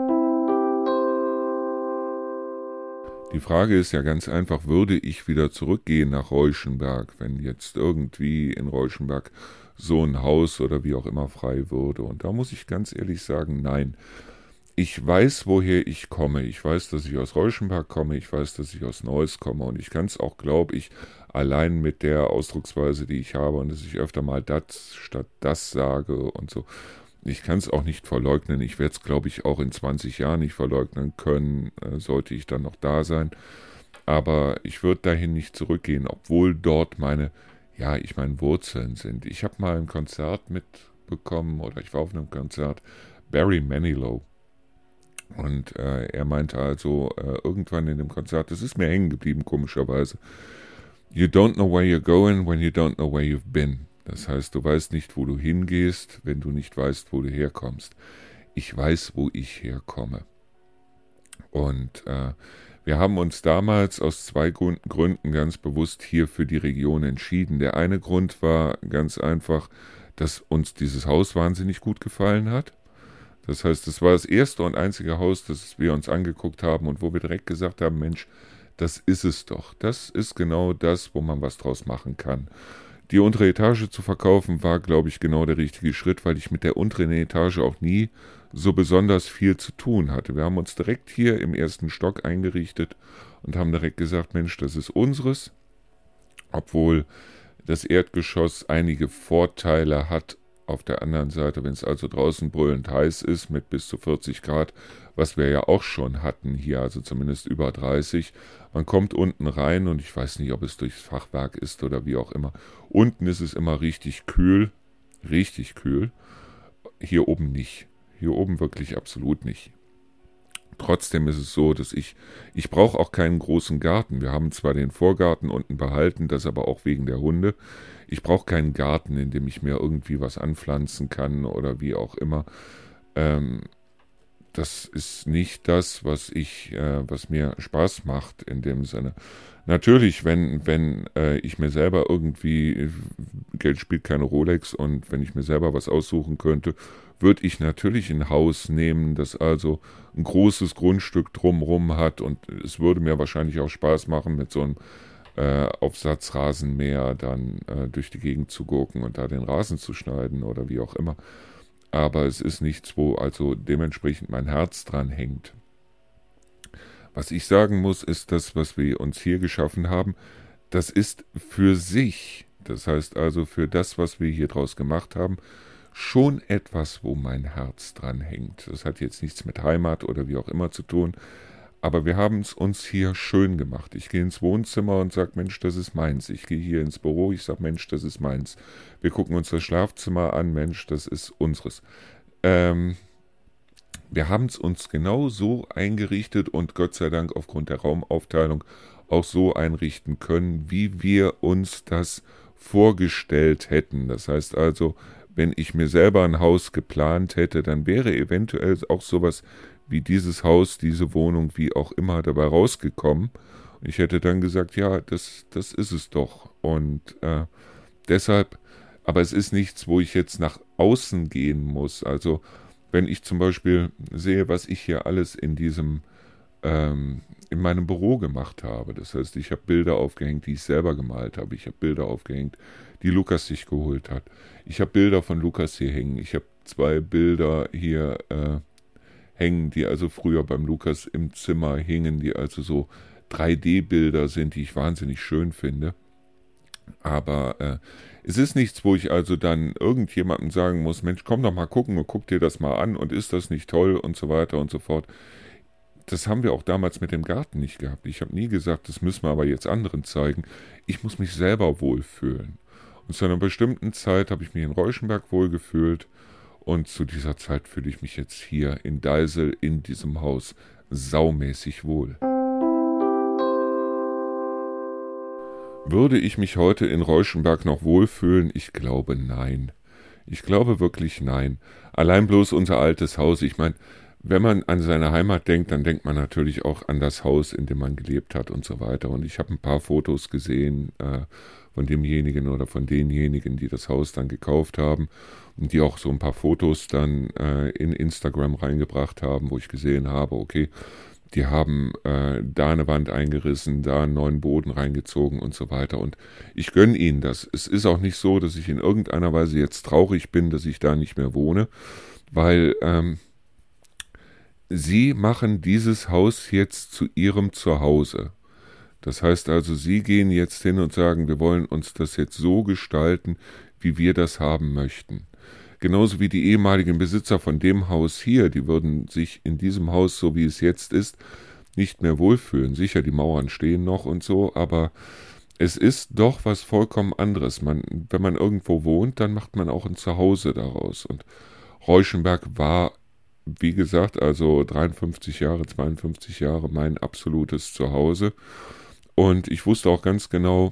Die Frage ist ja ganz einfach, würde ich wieder zurückgehen nach Reuschenberg, wenn jetzt irgendwie in Reuschenberg so ein Haus oder wie auch immer frei würde? Und da muss ich ganz ehrlich sagen, nein. Ich weiß, woher ich komme. Ich weiß, dass ich aus Reuschenberg komme. Ich weiß, dass ich aus Neuss komme. Und ich kann es auch, glaube ich, allein mit der Ausdrucksweise, die ich habe, und dass ich öfter mal das statt das sage und so. Ich kann es auch nicht verleugnen. Ich werde es, glaube ich, auch in zwanzig Jahren nicht verleugnen können, äh, sollte ich dann noch da sein. Aber ich würde dahin nicht zurückgehen, obwohl dort meine, ja, ich meine, Wurzeln sind. Ich habe mal ein Konzert mitbekommen, oder ich war auf einem Konzert, Barry Manilow. Und äh, er meinte also äh, irgendwann in dem Konzert, das ist mir hängen geblieben, komischerweise, You don't know where you're going when you don't know where you've been. Das heißt, du weißt nicht, wo du hingehst, wenn du nicht weißt, wo du herkommst. Ich weiß, wo ich herkomme. Und äh, wir haben uns damals aus zwei Gründen ganz bewusst hier für die Region entschieden. Der eine Grund war ganz einfach, dass uns dieses Haus wahnsinnig gut gefallen hat. Das heißt, es war das erste und einzige Haus, das wir uns angeguckt haben und wo wir direkt gesagt haben, Mensch, das ist es doch. Das ist genau das, wo man was draus machen kann. Die untere Etage zu verkaufen war, glaube ich, genau der richtige Schritt, weil ich mit der unteren Etage auch nie so besonders viel zu tun hatte. Wir haben uns direkt hier im ersten Stock eingerichtet und haben direkt gesagt, Mensch, das ist unseres, obwohl das Erdgeschoss einige Vorteile hat. Auf der anderen Seite, wenn es also draußen brüllend heiß ist mit bis zu vierzig Grad, was wir ja auch schon hatten hier, also zumindest über dreißig, man kommt unten rein und ich weiß nicht, ob es durchs Fachwerk ist oder wie auch immer. Unten ist es immer richtig kühl, richtig kühl, hier oben nicht, hier oben wirklich absolut nicht. Trotzdem ist es so, dass ich, ich brauche auch keinen großen Garten. Wir haben zwar den Vorgarten unten behalten, das aber auch wegen der Hunde. Ich brauche keinen Garten, in dem ich mir irgendwie was anpflanzen kann oder wie auch immer. Ähm, das ist nicht das, was ich, äh, was mir Spaß macht in dem Sinne. Natürlich, wenn, wenn äh, ich mir selber irgendwie, Geld spielt keine Rolex, und wenn ich mir selber was aussuchen könnte, würde ich natürlich ein Haus nehmen, das also ein großes Grundstück drumherum hat, und es würde mir wahrscheinlich auch Spaß machen, mit so einem äh, Aufsatzrasenmäher dann äh, durch die Gegend zu gurken und da den Rasen zu schneiden oder wie auch immer. Aber es ist nichts, wo also dementsprechend mein Herz dran hängt. Was ich sagen muss, ist das, was wir uns hier geschaffen haben, das ist für sich, das heißt also für das, was wir hier draus gemacht haben, schon etwas, wo mein Herz dran hängt. Das hat jetzt nichts mit Heimat oder wie auch immer zu tun, aber wir haben es uns hier schön gemacht. Ich gehe ins Wohnzimmer und sage, Mensch, das ist meins. Ich gehe hier ins Büro, ich sage, Mensch, das ist meins. Wir gucken uns das Schlafzimmer an, Mensch, das ist unseres. Ähm, wir haben es uns genau so eingerichtet und Gott sei Dank aufgrund der Raumaufteilung auch so einrichten können, wie wir uns das vorgestellt hätten. Das heißt also, wenn ich mir selber ein Haus geplant hätte, dann wäre eventuell auch sowas wie dieses Haus, diese Wohnung, wie auch immer dabei rausgekommen. Und ich hätte dann gesagt, ja, das, das ist es doch. Und äh, deshalb, aber es ist nichts, wo ich jetzt nach außen gehen muss. Also wenn ich zum Beispiel sehe, was ich hier alles in diesem, ähm, in meinem Büro gemacht habe. Das heißt, ich habe Bilder aufgehängt, die ich selber gemalt habe. Ich habe Bilder aufgehängt, die Lukas sich geholt hat. Ich habe Bilder von Lukas hier hängen. Ich habe zwei Bilder hier äh, hängen, die also früher beim Lukas im Zimmer hingen, die also so drei D-Bilder sind, die ich wahnsinnig schön finde. Aber äh, es ist nichts, wo ich also dann irgendjemandem sagen muss, Mensch, komm doch mal gucken und guck dir das mal an und ist das nicht toll und so weiter und so fort. Das haben wir auch damals mit dem Garten nicht gehabt. Ich habe nie gesagt, das müssen wir aber jetzt anderen zeigen. Ich muss mich selber wohlfühlen. Und zu einer bestimmten Zeit habe ich mich in Reuschenberg wohlgefühlt und zu dieser Zeit fühle ich mich jetzt hier in Deisel in diesem Haus saumäßig wohl. Würde ich mich heute in Reuschenberg noch wohlfühlen? Ich glaube nein. Ich glaube wirklich nein. Allein bloß unser altes Haus. Ich meine, wenn man an seine Heimat denkt, dann denkt man natürlich auch an das Haus, in dem man gelebt hat und so weiter. Und ich habe ein paar Fotos gesehen äh, von demjenigen oder von denjenigen, die das Haus dann gekauft haben und die auch so ein paar Fotos dann äh, in Instagram reingebracht haben, wo ich gesehen habe, okay, die haben äh, da eine Wand eingerissen, da einen neuen Boden reingezogen und so weiter. Und ich gönne ihnen das. Es ist auch nicht so, dass ich in irgendeiner Weise jetzt traurig bin, dass ich da nicht mehr wohne, weil ähm, sie machen dieses Haus jetzt zu ihrem Zuhause. Das heißt also, sie gehen jetzt hin und sagen, wir wollen uns das jetzt so gestalten, wie wir das haben möchten. Genauso wie die ehemaligen Besitzer von dem Haus hier, die würden sich in diesem Haus, so wie es jetzt ist, nicht mehr wohlfühlen. Sicher, die Mauern stehen noch und so, aber es ist doch was vollkommen anderes. Man, wenn man irgendwo wohnt, dann macht man auch ein Zuhause daraus. Und Reuschenberg war, wie gesagt, also dreiundfünfzig Jahre, zweiundfünfzig Jahre mein absolutes Zuhause. Und ich wusste auch ganz genau,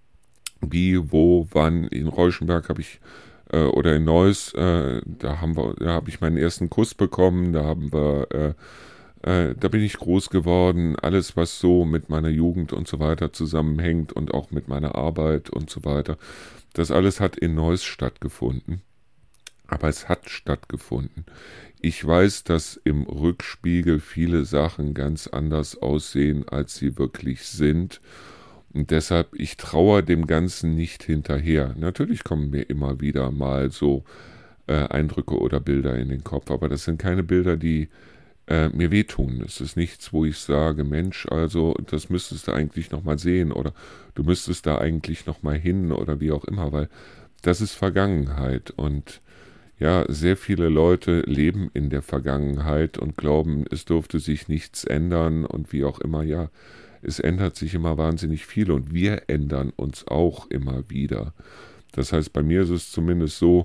wie, wo, wann. In Reuschenberg habe ich oder in Neuss, äh, da haben wir, da habe ich meinen ersten Kuss bekommen, da haben wir, äh, äh, da bin ich groß geworden, alles was so mit meiner Jugend und so weiter zusammenhängt und auch mit meiner Arbeit und so weiter, das alles hat in Neuss stattgefunden, aber es hat stattgefunden. Ich weiß, dass im Rückspiegel viele Sachen ganz anders aussehen, als sie wirklich sind. Und deshalb, ich trauere dem Ganzen nicht hinterher. Natürlich kommen mir immer wieder mal so äh, Eindrücke oder Bilder in den Kopf, aber das sind keine Bilder, die äh, mir wehtun. Es ist nichts, wo ich sage, Mensch, also das müsstest du eigentlich nochmal sehen oder du müsstest da eigentlich nochmal hin oder wie auch immer, weil das ist Vergangenheit. Und ja, sehr viele Leute leben in der Vergangenheit und glauben, es dürfte sich nichts ändern und wie auch immer, ja. Es ändert sich immer wahnsinnig viel und wir ändern uns auch immer wieder. Das heißt, bei mir ist es zumindest so,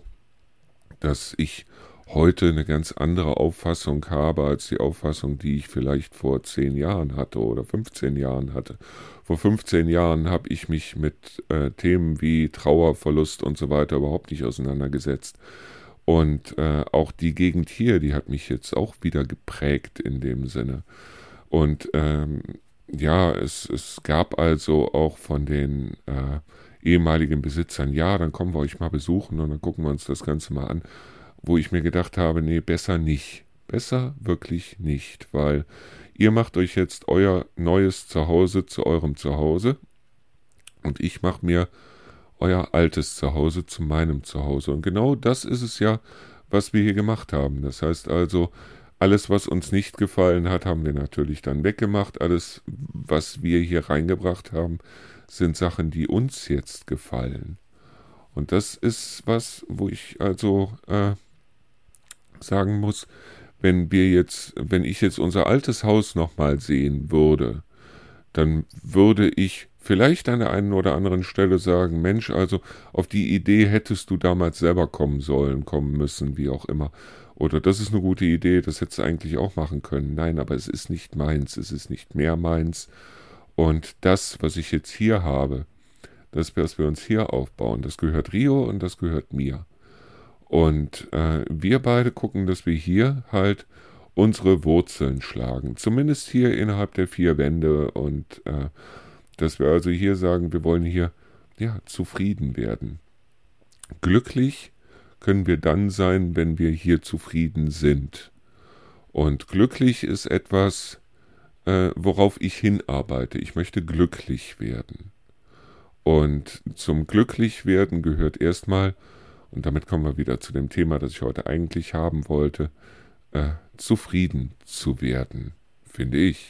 dass ich heute eine ganz andere Auffassung habe als die Auffassung, die ich vielleicht vor zehn Jahren hatte oder fünfzehn Jahren hatte. Vor fünfzehn Jahren habe ich mich mit äh, Themen wie Trauer, Verlust und so weiter überhaupt nicht auseinandergesetzt. Und äh, auch die Gegend hier, die hat mich jetzt auch wieder geprägt in dem Sinne. Und ähm, ja, es, es gab also auch von den äh, ehemaligen Besitzern, ja, dann kommen wir euch mal besuchen und dann gucken wir uns das Ganze mal an, wo ich mir gedacht habe, nee, besser nicht. Besser wirklich nicht, weil ihr macht euch jetzt euer neues Zuhause zu eurem Zuhause und ich mache mir euer altes Zuhause zu meinem Zuhause. Und genau das ist es ja, was wir hier gemacht haben. Das heißt also, alles, was uns nicht gefallen hat, haben wir natürlich dann weggemacht. Alles, was wir hier reingebracht haben, sind Sachen, die uns jetzt gefallen. Und das ist was, wo ich also äh, sagen muss, wenn wir jetzt, wenn ich jetzt unser altes Haus nochmal sehen würde, dann würde ich vielleicht an der einen oder anderen Stelle sagen, Mensch, also auf die Idee hättest du damals selber kommen sollen, kommen müssen, wie auch immer. Oder das ist eine gute Idee, das hättest du eigentlich auch machen können. Nein, aber es ist nicht meins, es ist nicht mehr meins. Und das, was ich jetzt hier habe, das, was wir uns hier aufbauen, das gehört Rio und das gehört mir. Und äh, wir beide gucken, dass wir hier halt unsere Wurzeln schlagen. Zumindest hier innerhalb der vier Wände. Und äh, dass wir also hier sagen, wir wollen hier ja zufrieden werden. Glücklich können wir dann sein, wenn wir hier zufrieden sind. Und glücklich ist etwas, äh, worauf ich hinarbeite. Ich möchte glücklich werden. Und zum Glücklichwerden gehört erstmal, und damit kommen wir wieder zu dem Thema, das ich heute eigentlich haben wollte, äh, zufrieden zu werden, finde ich.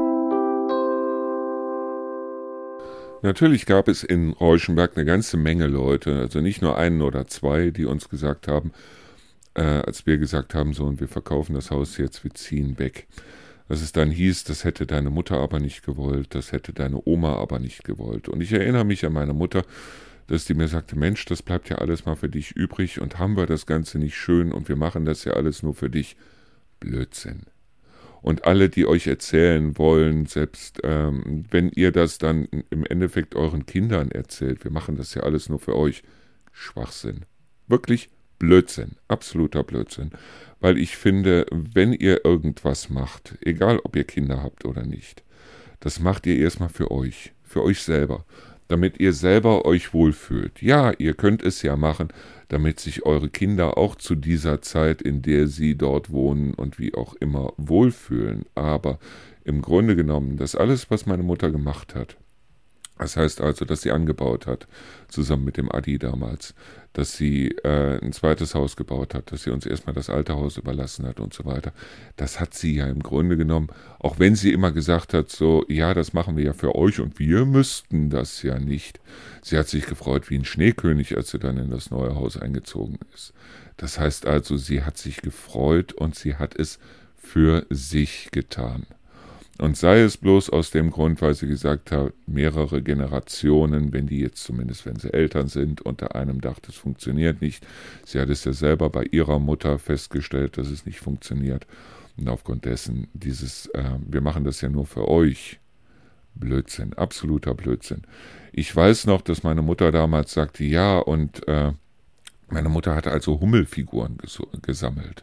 Natürlich gab es in Reuschenberg eine ganze Menge Leute, also nicht nur einen oder zwei, die uns gesagt haben, äh, als wir gesagt haben, so, und wir verkaufen das Haus jetzt, wir ziehen weg. Dass es dann hieß, das hätte deine Mutter aber nicht gewollt, das hätte deine Oma aber nicht gewollt. Und ich erinnere mich an meine Mutter, dass die mir sagte, Mensch, das bleibt ja alles mal für dich übrig und haben wir das Ganze nicht schön und wir machen das ja alles nur für dich. Blödsinn. Und alle, die euch erzählen wollen, selbst ähm, wenn ihr das dann im Endeffekt euren Kindern erzählt, wir machen das ja alles nur für euch, Schwachsinn. Wirklich Blödsinn, absoluter Blödsinn. Weil ich finde, wenn ihr irgendwas macht, egal ob ihr Kinder habt oder nicht, das macht ihr erstmal für euch, für euch selber, damit ihr selber euch wohlfühlt. Ja, ihr könnt es ja machen, damit sich eure Kinder auch zu dieser Zeit, in der sie dort wohnen und wie auch immer, wohlfühlen. Aber im Grunde genommen, das alles, was meine Mutter gemacht hat, das heißt also, dass sie angebaut hat, zusammen mit dem Adi damals, dass sie äh, ein zweites Haus gebaut hat, dass sie uns erstmal das alte Haus überlassen hat und so weiter. Das hat sie ja im Grunde genommen, auch wenn sie immer gesagt hat, so, ja, das machen wir ja für euch und wir müssten das ja nicht. Sie hat sich gefreut wie ein Schneekönig, als sie dann in das neue Haus eingezogen ist. Das heißt also, sie hat sich gefreut und sie hat es für sich getan. Und sei es bloß aus dem Grund, weil sie gesagt hat, mehrere Generationen, wenn die jetzt zumindest, wenn sie Eltern sind, unter einem Dach, das funktioniert nicht. Sie hat es ja selber bei ihrer Mutter festgestellt, dass es nicht funktioniert. Und aufgrund dessen, dieses, äh, wir machen das ja nur für euch. Blödsinn, absoluter Blödsinn. Ich weiß noch, dass meine Mutter damals sagte, ja, und äh, meine Mutter hatte also Hummelfiguren ges- gesammelt.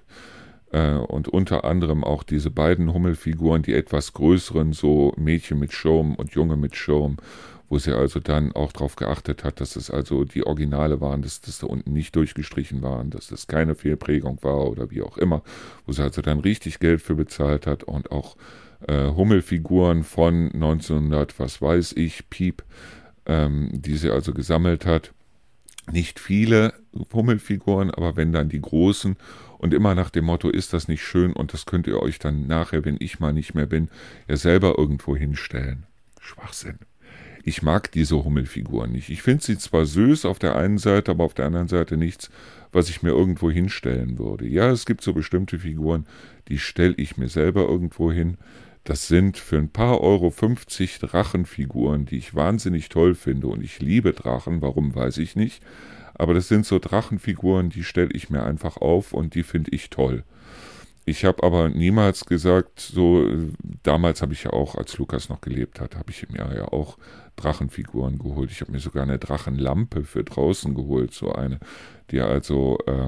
Und unter anderem auch diese beiden Hummelfiguren, die etwas größeren, so Mädchen mit Schirm und Junge mit Schirm, wo sie also dann auch darauf geachtet hat, dass es also die Originale waren, dass das da unten nicht durchgestrichen waren, dass das keine Fehlprägung war oder wie auch immer, wo sie also dann richtig Geld für bezahlt hat und auch äh, Hummelfiguren von neunzehnhundert, was weiß ich, Piep, ähm, die sie also gesammelt hat. Nicht viele Hummelfiguren, aber wenn dann die großen und immer nach dem Motto, ist das nicht schön und das könnt ihr euch dann nachher, wenn ich mal nicht mehr bin, ja selber irgendwo hinstellen. Schwachsinn. Ich mag diese Hummelfiguren nicht. Ich finde sie zwar süß auf der einen Seite, aber auf der anderen Seite nichts, was ich mir irgendwo hinstellen würde. Ja, es gibt so bestimmte Figuren, die stelle ich mir selber irgendwo hin. Das sind für ein paar Euro fünfzig Drachenfiguren, die ich wahnsinnig toll finde. Und ich liebe Drachen, warum weiß ich nicht. Aber das sind so Drachenfiguren, die stelle ich mir einfach auf und die finde ich toll. Ich habe aber niemals gesagt, so, damals habe ich ja auch, als Lukas noch gelebt hat, habe ich mir ja auch Drachenfiguren geholt. Ich habe mir sogar eine Drachenlampe für draußen geholt, so eine, die also äh,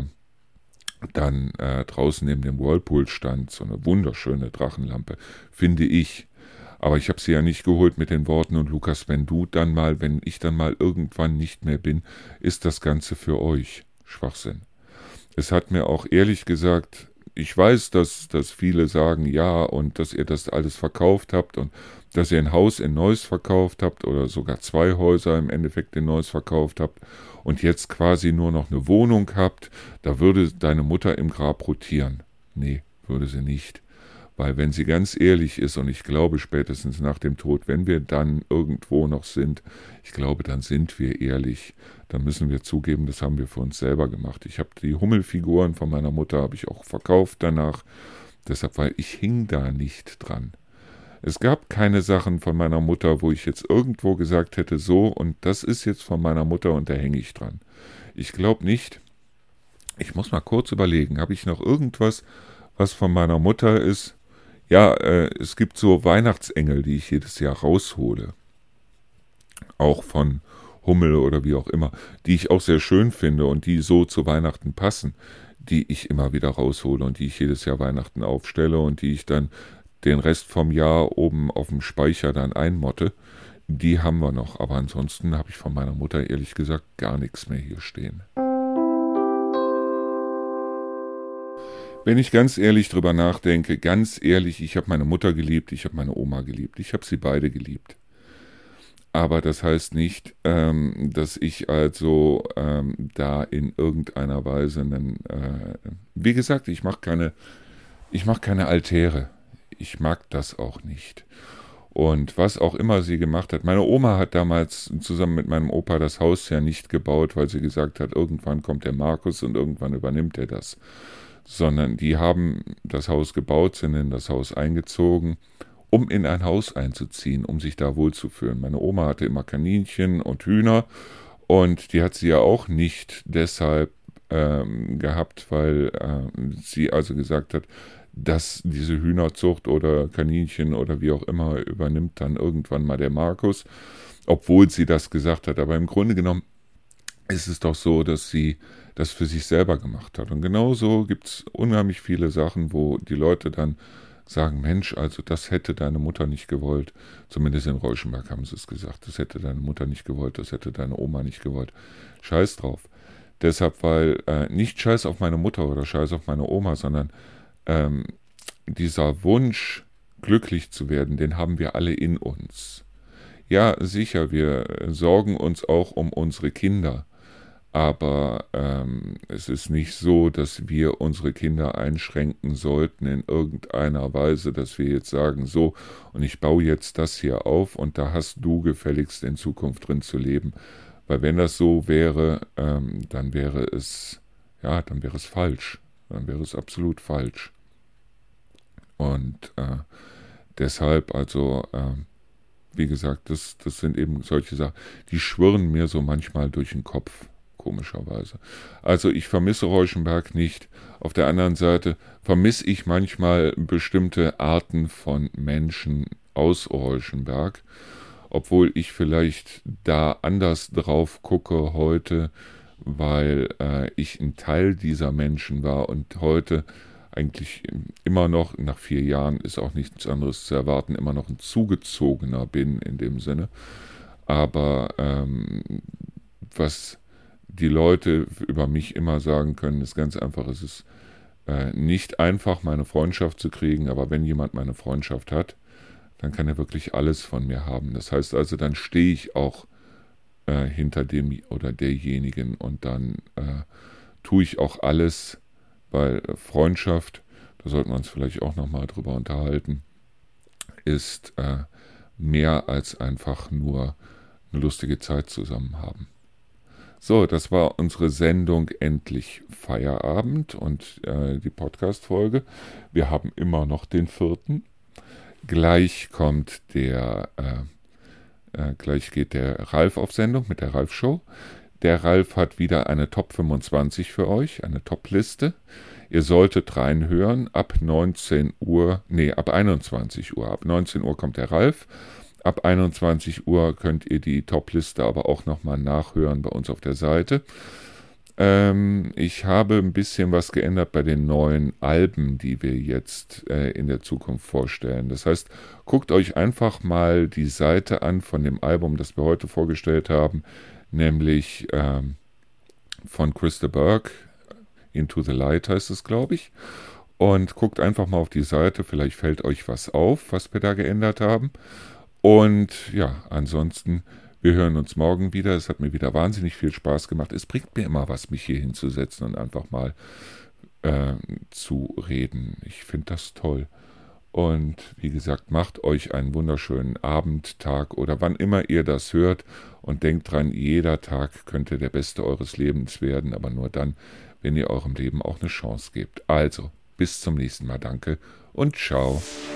dann äh, draußen neben dem Whirlpool stand, so eine wunderschöne Drachenlampe, finde ich. Aber ich habe sie ja nicht geholt mit den Worten, und Lukas, wenn du dann mal, wenn ich dann mal irgendwann nicht mehr bin, ist das Ganze für euch. Schwachsinn. Es hat mir auch ehrlich gesagt, ich weiß, dass, dass viele sagen, ja, und dass ihr das alles verkauft habt und dass ihr ein Haus in Neuss verkauft habt oder sogar zwei Häuser im Endeffekt in Neuss verkauft habt und jetzt quasi nur noch eine Wohnung habt, da würde deine Mutter im Grab rotieren. Nee, würde sie nicht. Weil wenn sie ganz ehrlich ist, und ich glaube spätestens nach dem Tod, wenn wir dann irgendwo noch sind, ich glaube, dann sind wir ehrlich, dann müssen wir zugeben, das haben wir für uns selber gemacht. Ich habe die Hummelfiguren von meiner Mutter, habe ich auch verkauft danach, deshalb, weil ich hing da nicht dran. Es gab keine Sachen von meiner Mutter, wo ich jetzt irgendwo gesagt hätte, so, und das ist jetzt von meiner Mutter und da hänge ich dran. Ich glaube nicht. Ich muss mal kurz überlegen, habe ich noch irgendwas, was von meiner Mutter ist? Ja, äh, es gibt so Weihnachtsengel, die ich jedes Jahr raushole. Auch von Hummel oder wie auch immer, die ich auch sehr schön finde und die so zu Weihnachten passen, die ich immer wieder raushole und die ich jedes Jahr Weihnachten aufstelle und die ich dann den Rest vom Jahr oben auf dem Speicher dann einmotte. Die haben wir noch, aber ansonsten habe ich von meiner Mutter ehrlich gesagt gar nichts mehr hier stehen. Wenn ich ganz ehrlich drüber nachdenke, ganz ehrlich, ich habe meine Mutter geliebt, ich habe meine Oma geliebt, ich habe sie beide geliebt. Aber das heißt nicht, ähm, dass ich also ähm, da in irgendeiner Weise einen, äh, wie gesagt, ich mache keine, ich mache keine Altäre. Ich mag das auch nicht. Und was auch immer sie gemacht hat, meine Oma hat damals zusammen mit meinem Opa das Haus ja nicht gebaut, weil sie gesagt hat, irgendwann kommt der Markus und irgendwann übernimmt er das. Sondern die haben das Haus gebaut, sind in das Haus eingezogen, um in ein Haus einzuziehen, um sich da wohlzufühlen. Meine Oma hatte immer Kaninchen und Hühner und die hat sie ja auch nicht deshalb ähm, gehabt, weil äh, sie also gesagt hat, dass diese Hühnerzucht oder Kaninchen oder wie auch immer übernimmt dann irgendwann mal der Markus, obwohl sie das gesagt hat. Aber im Grunde genommen ist es doch so, dass sie das für sich selber gemacht hat. Und genauso gibt es unheimlich viele Sachen, wo die Leute dann sagen, Mensch, also das hätte deine Mutter nicht gewollt. Zumindest in Reuschenberg haben sie es gesagt. Das hätte deine Mutter nicht gewollt, das hätte deine Oma nicht gewollt. Scheiß drauf. Deshalb, weil äh, nicht Scheiß auf meine Mutter oder Scheiß auf meine Oma, sondern ähm, dieser Wunsch, glücklich zu werden, den haben wir alle in uns. Ja, sicher, wir sorgen uns auch um unsere Kinder, aber ähm, es ist nicht so, dass wir unsere Kinder einschränken sollten in irgendeiner Weise, dass wir jetzt sagen, so, und ich baue jetzt das hier auf und da hast du gefälligst in Zukunft drin zu leben. Weil wenn das so wäre, ähm, dann wäre es, ja, dann wäre es falsch. Dann wäre es absolut falsch. Und äh, deshalb, also, äh, wie gesagt, das, das sind eben solche Sachen, die schwirren mir so manchmal durch den Kopf, komischerweise. Also ich vermisse Reuschenberg nicht. Auf der anderen Seite vermisse ich manchmal bestimmte Arten von Menschen aus Reuschenberg, obwohl ich vielleicht da anders drauf gucke heute, weil äh, ich ein Teil dieser Menschen war und heute eigentlich immer noch, nach vier Jahren ist auch nichts anderes zu erwarten, immer noch ein Zugezogener bin in dem Sinne. Aber ähm, was die Leute über mich immer sagen können, ist ganz einfach, es ist äh, nicht einfach, meine Freundschaft zu kriegen, aber wenn jemand meine Freundschaft hat, dann kann er wirklich alles von mir haben. Das heißt also, dann stehe ich auch äh, hinter dem oder derjenigen und dann äh, tue ich auch alles, weil Freundschaft, da sollten wir uns vielleicht auch nochmal drüber unterhalten, ist äh, mehr als einfach nur eine lustige Zeit zusammen haben. So, das war unsere Sendung Endlich Feierabend und äh, die Podcast-Folge. Wir haben immer noch den vierten. Gleich kommt der, äh, äh, gleich geht der Ralf auf Sendung mit der Ralf-Show. Der Ralf hat wieder eine Top fünfundzwanzig für euch, eine Top-Liste. Ihr solltet reinhören, ab neunzehn Uhr, nee, ab einundzwanzig Uhr. Ab neunzehn Uhr kommt der Ralf. Ab einundzwanzig Uhr könnt ihr die Top-Liste aber auch nochmal nachhören bei uns auf der Seite. Ähm, ich habe ein bisschen was geändert bei den neuen Alben, die wir jetzt äh, in der Zukunft vorstellen. Das heißt, guckt euch einfach mal die Seite an von dem Album, das wir heute vorgestellt haben, nämlich ähm, von Christa Burke, Into the Light heißt es, glaube ich. Und guckt einfach mal auf die Seite, vielleicht fällt euch was auf, was wir da geändert haben. Und ja, ansonsten, wir hören uns morgen wieder. Es hat mir wieder wahnsinnig viel Spaß gemacht. Es bringt mir immer was, mich hier hinzusetzen und einfach mal äh, zu reden. Ich finde das toll. Und wie gesagt, macht euch einen wunderschönen Abend, Tag oder wann immer ihr das hört. Und denkt dran, jeder Tag könnte der beste eures Lebens werden, aber nur dann, wenn ihr eurem Leben auch eine Chance gebt. Also, bis zum nächsten Mal. Danke und ciao.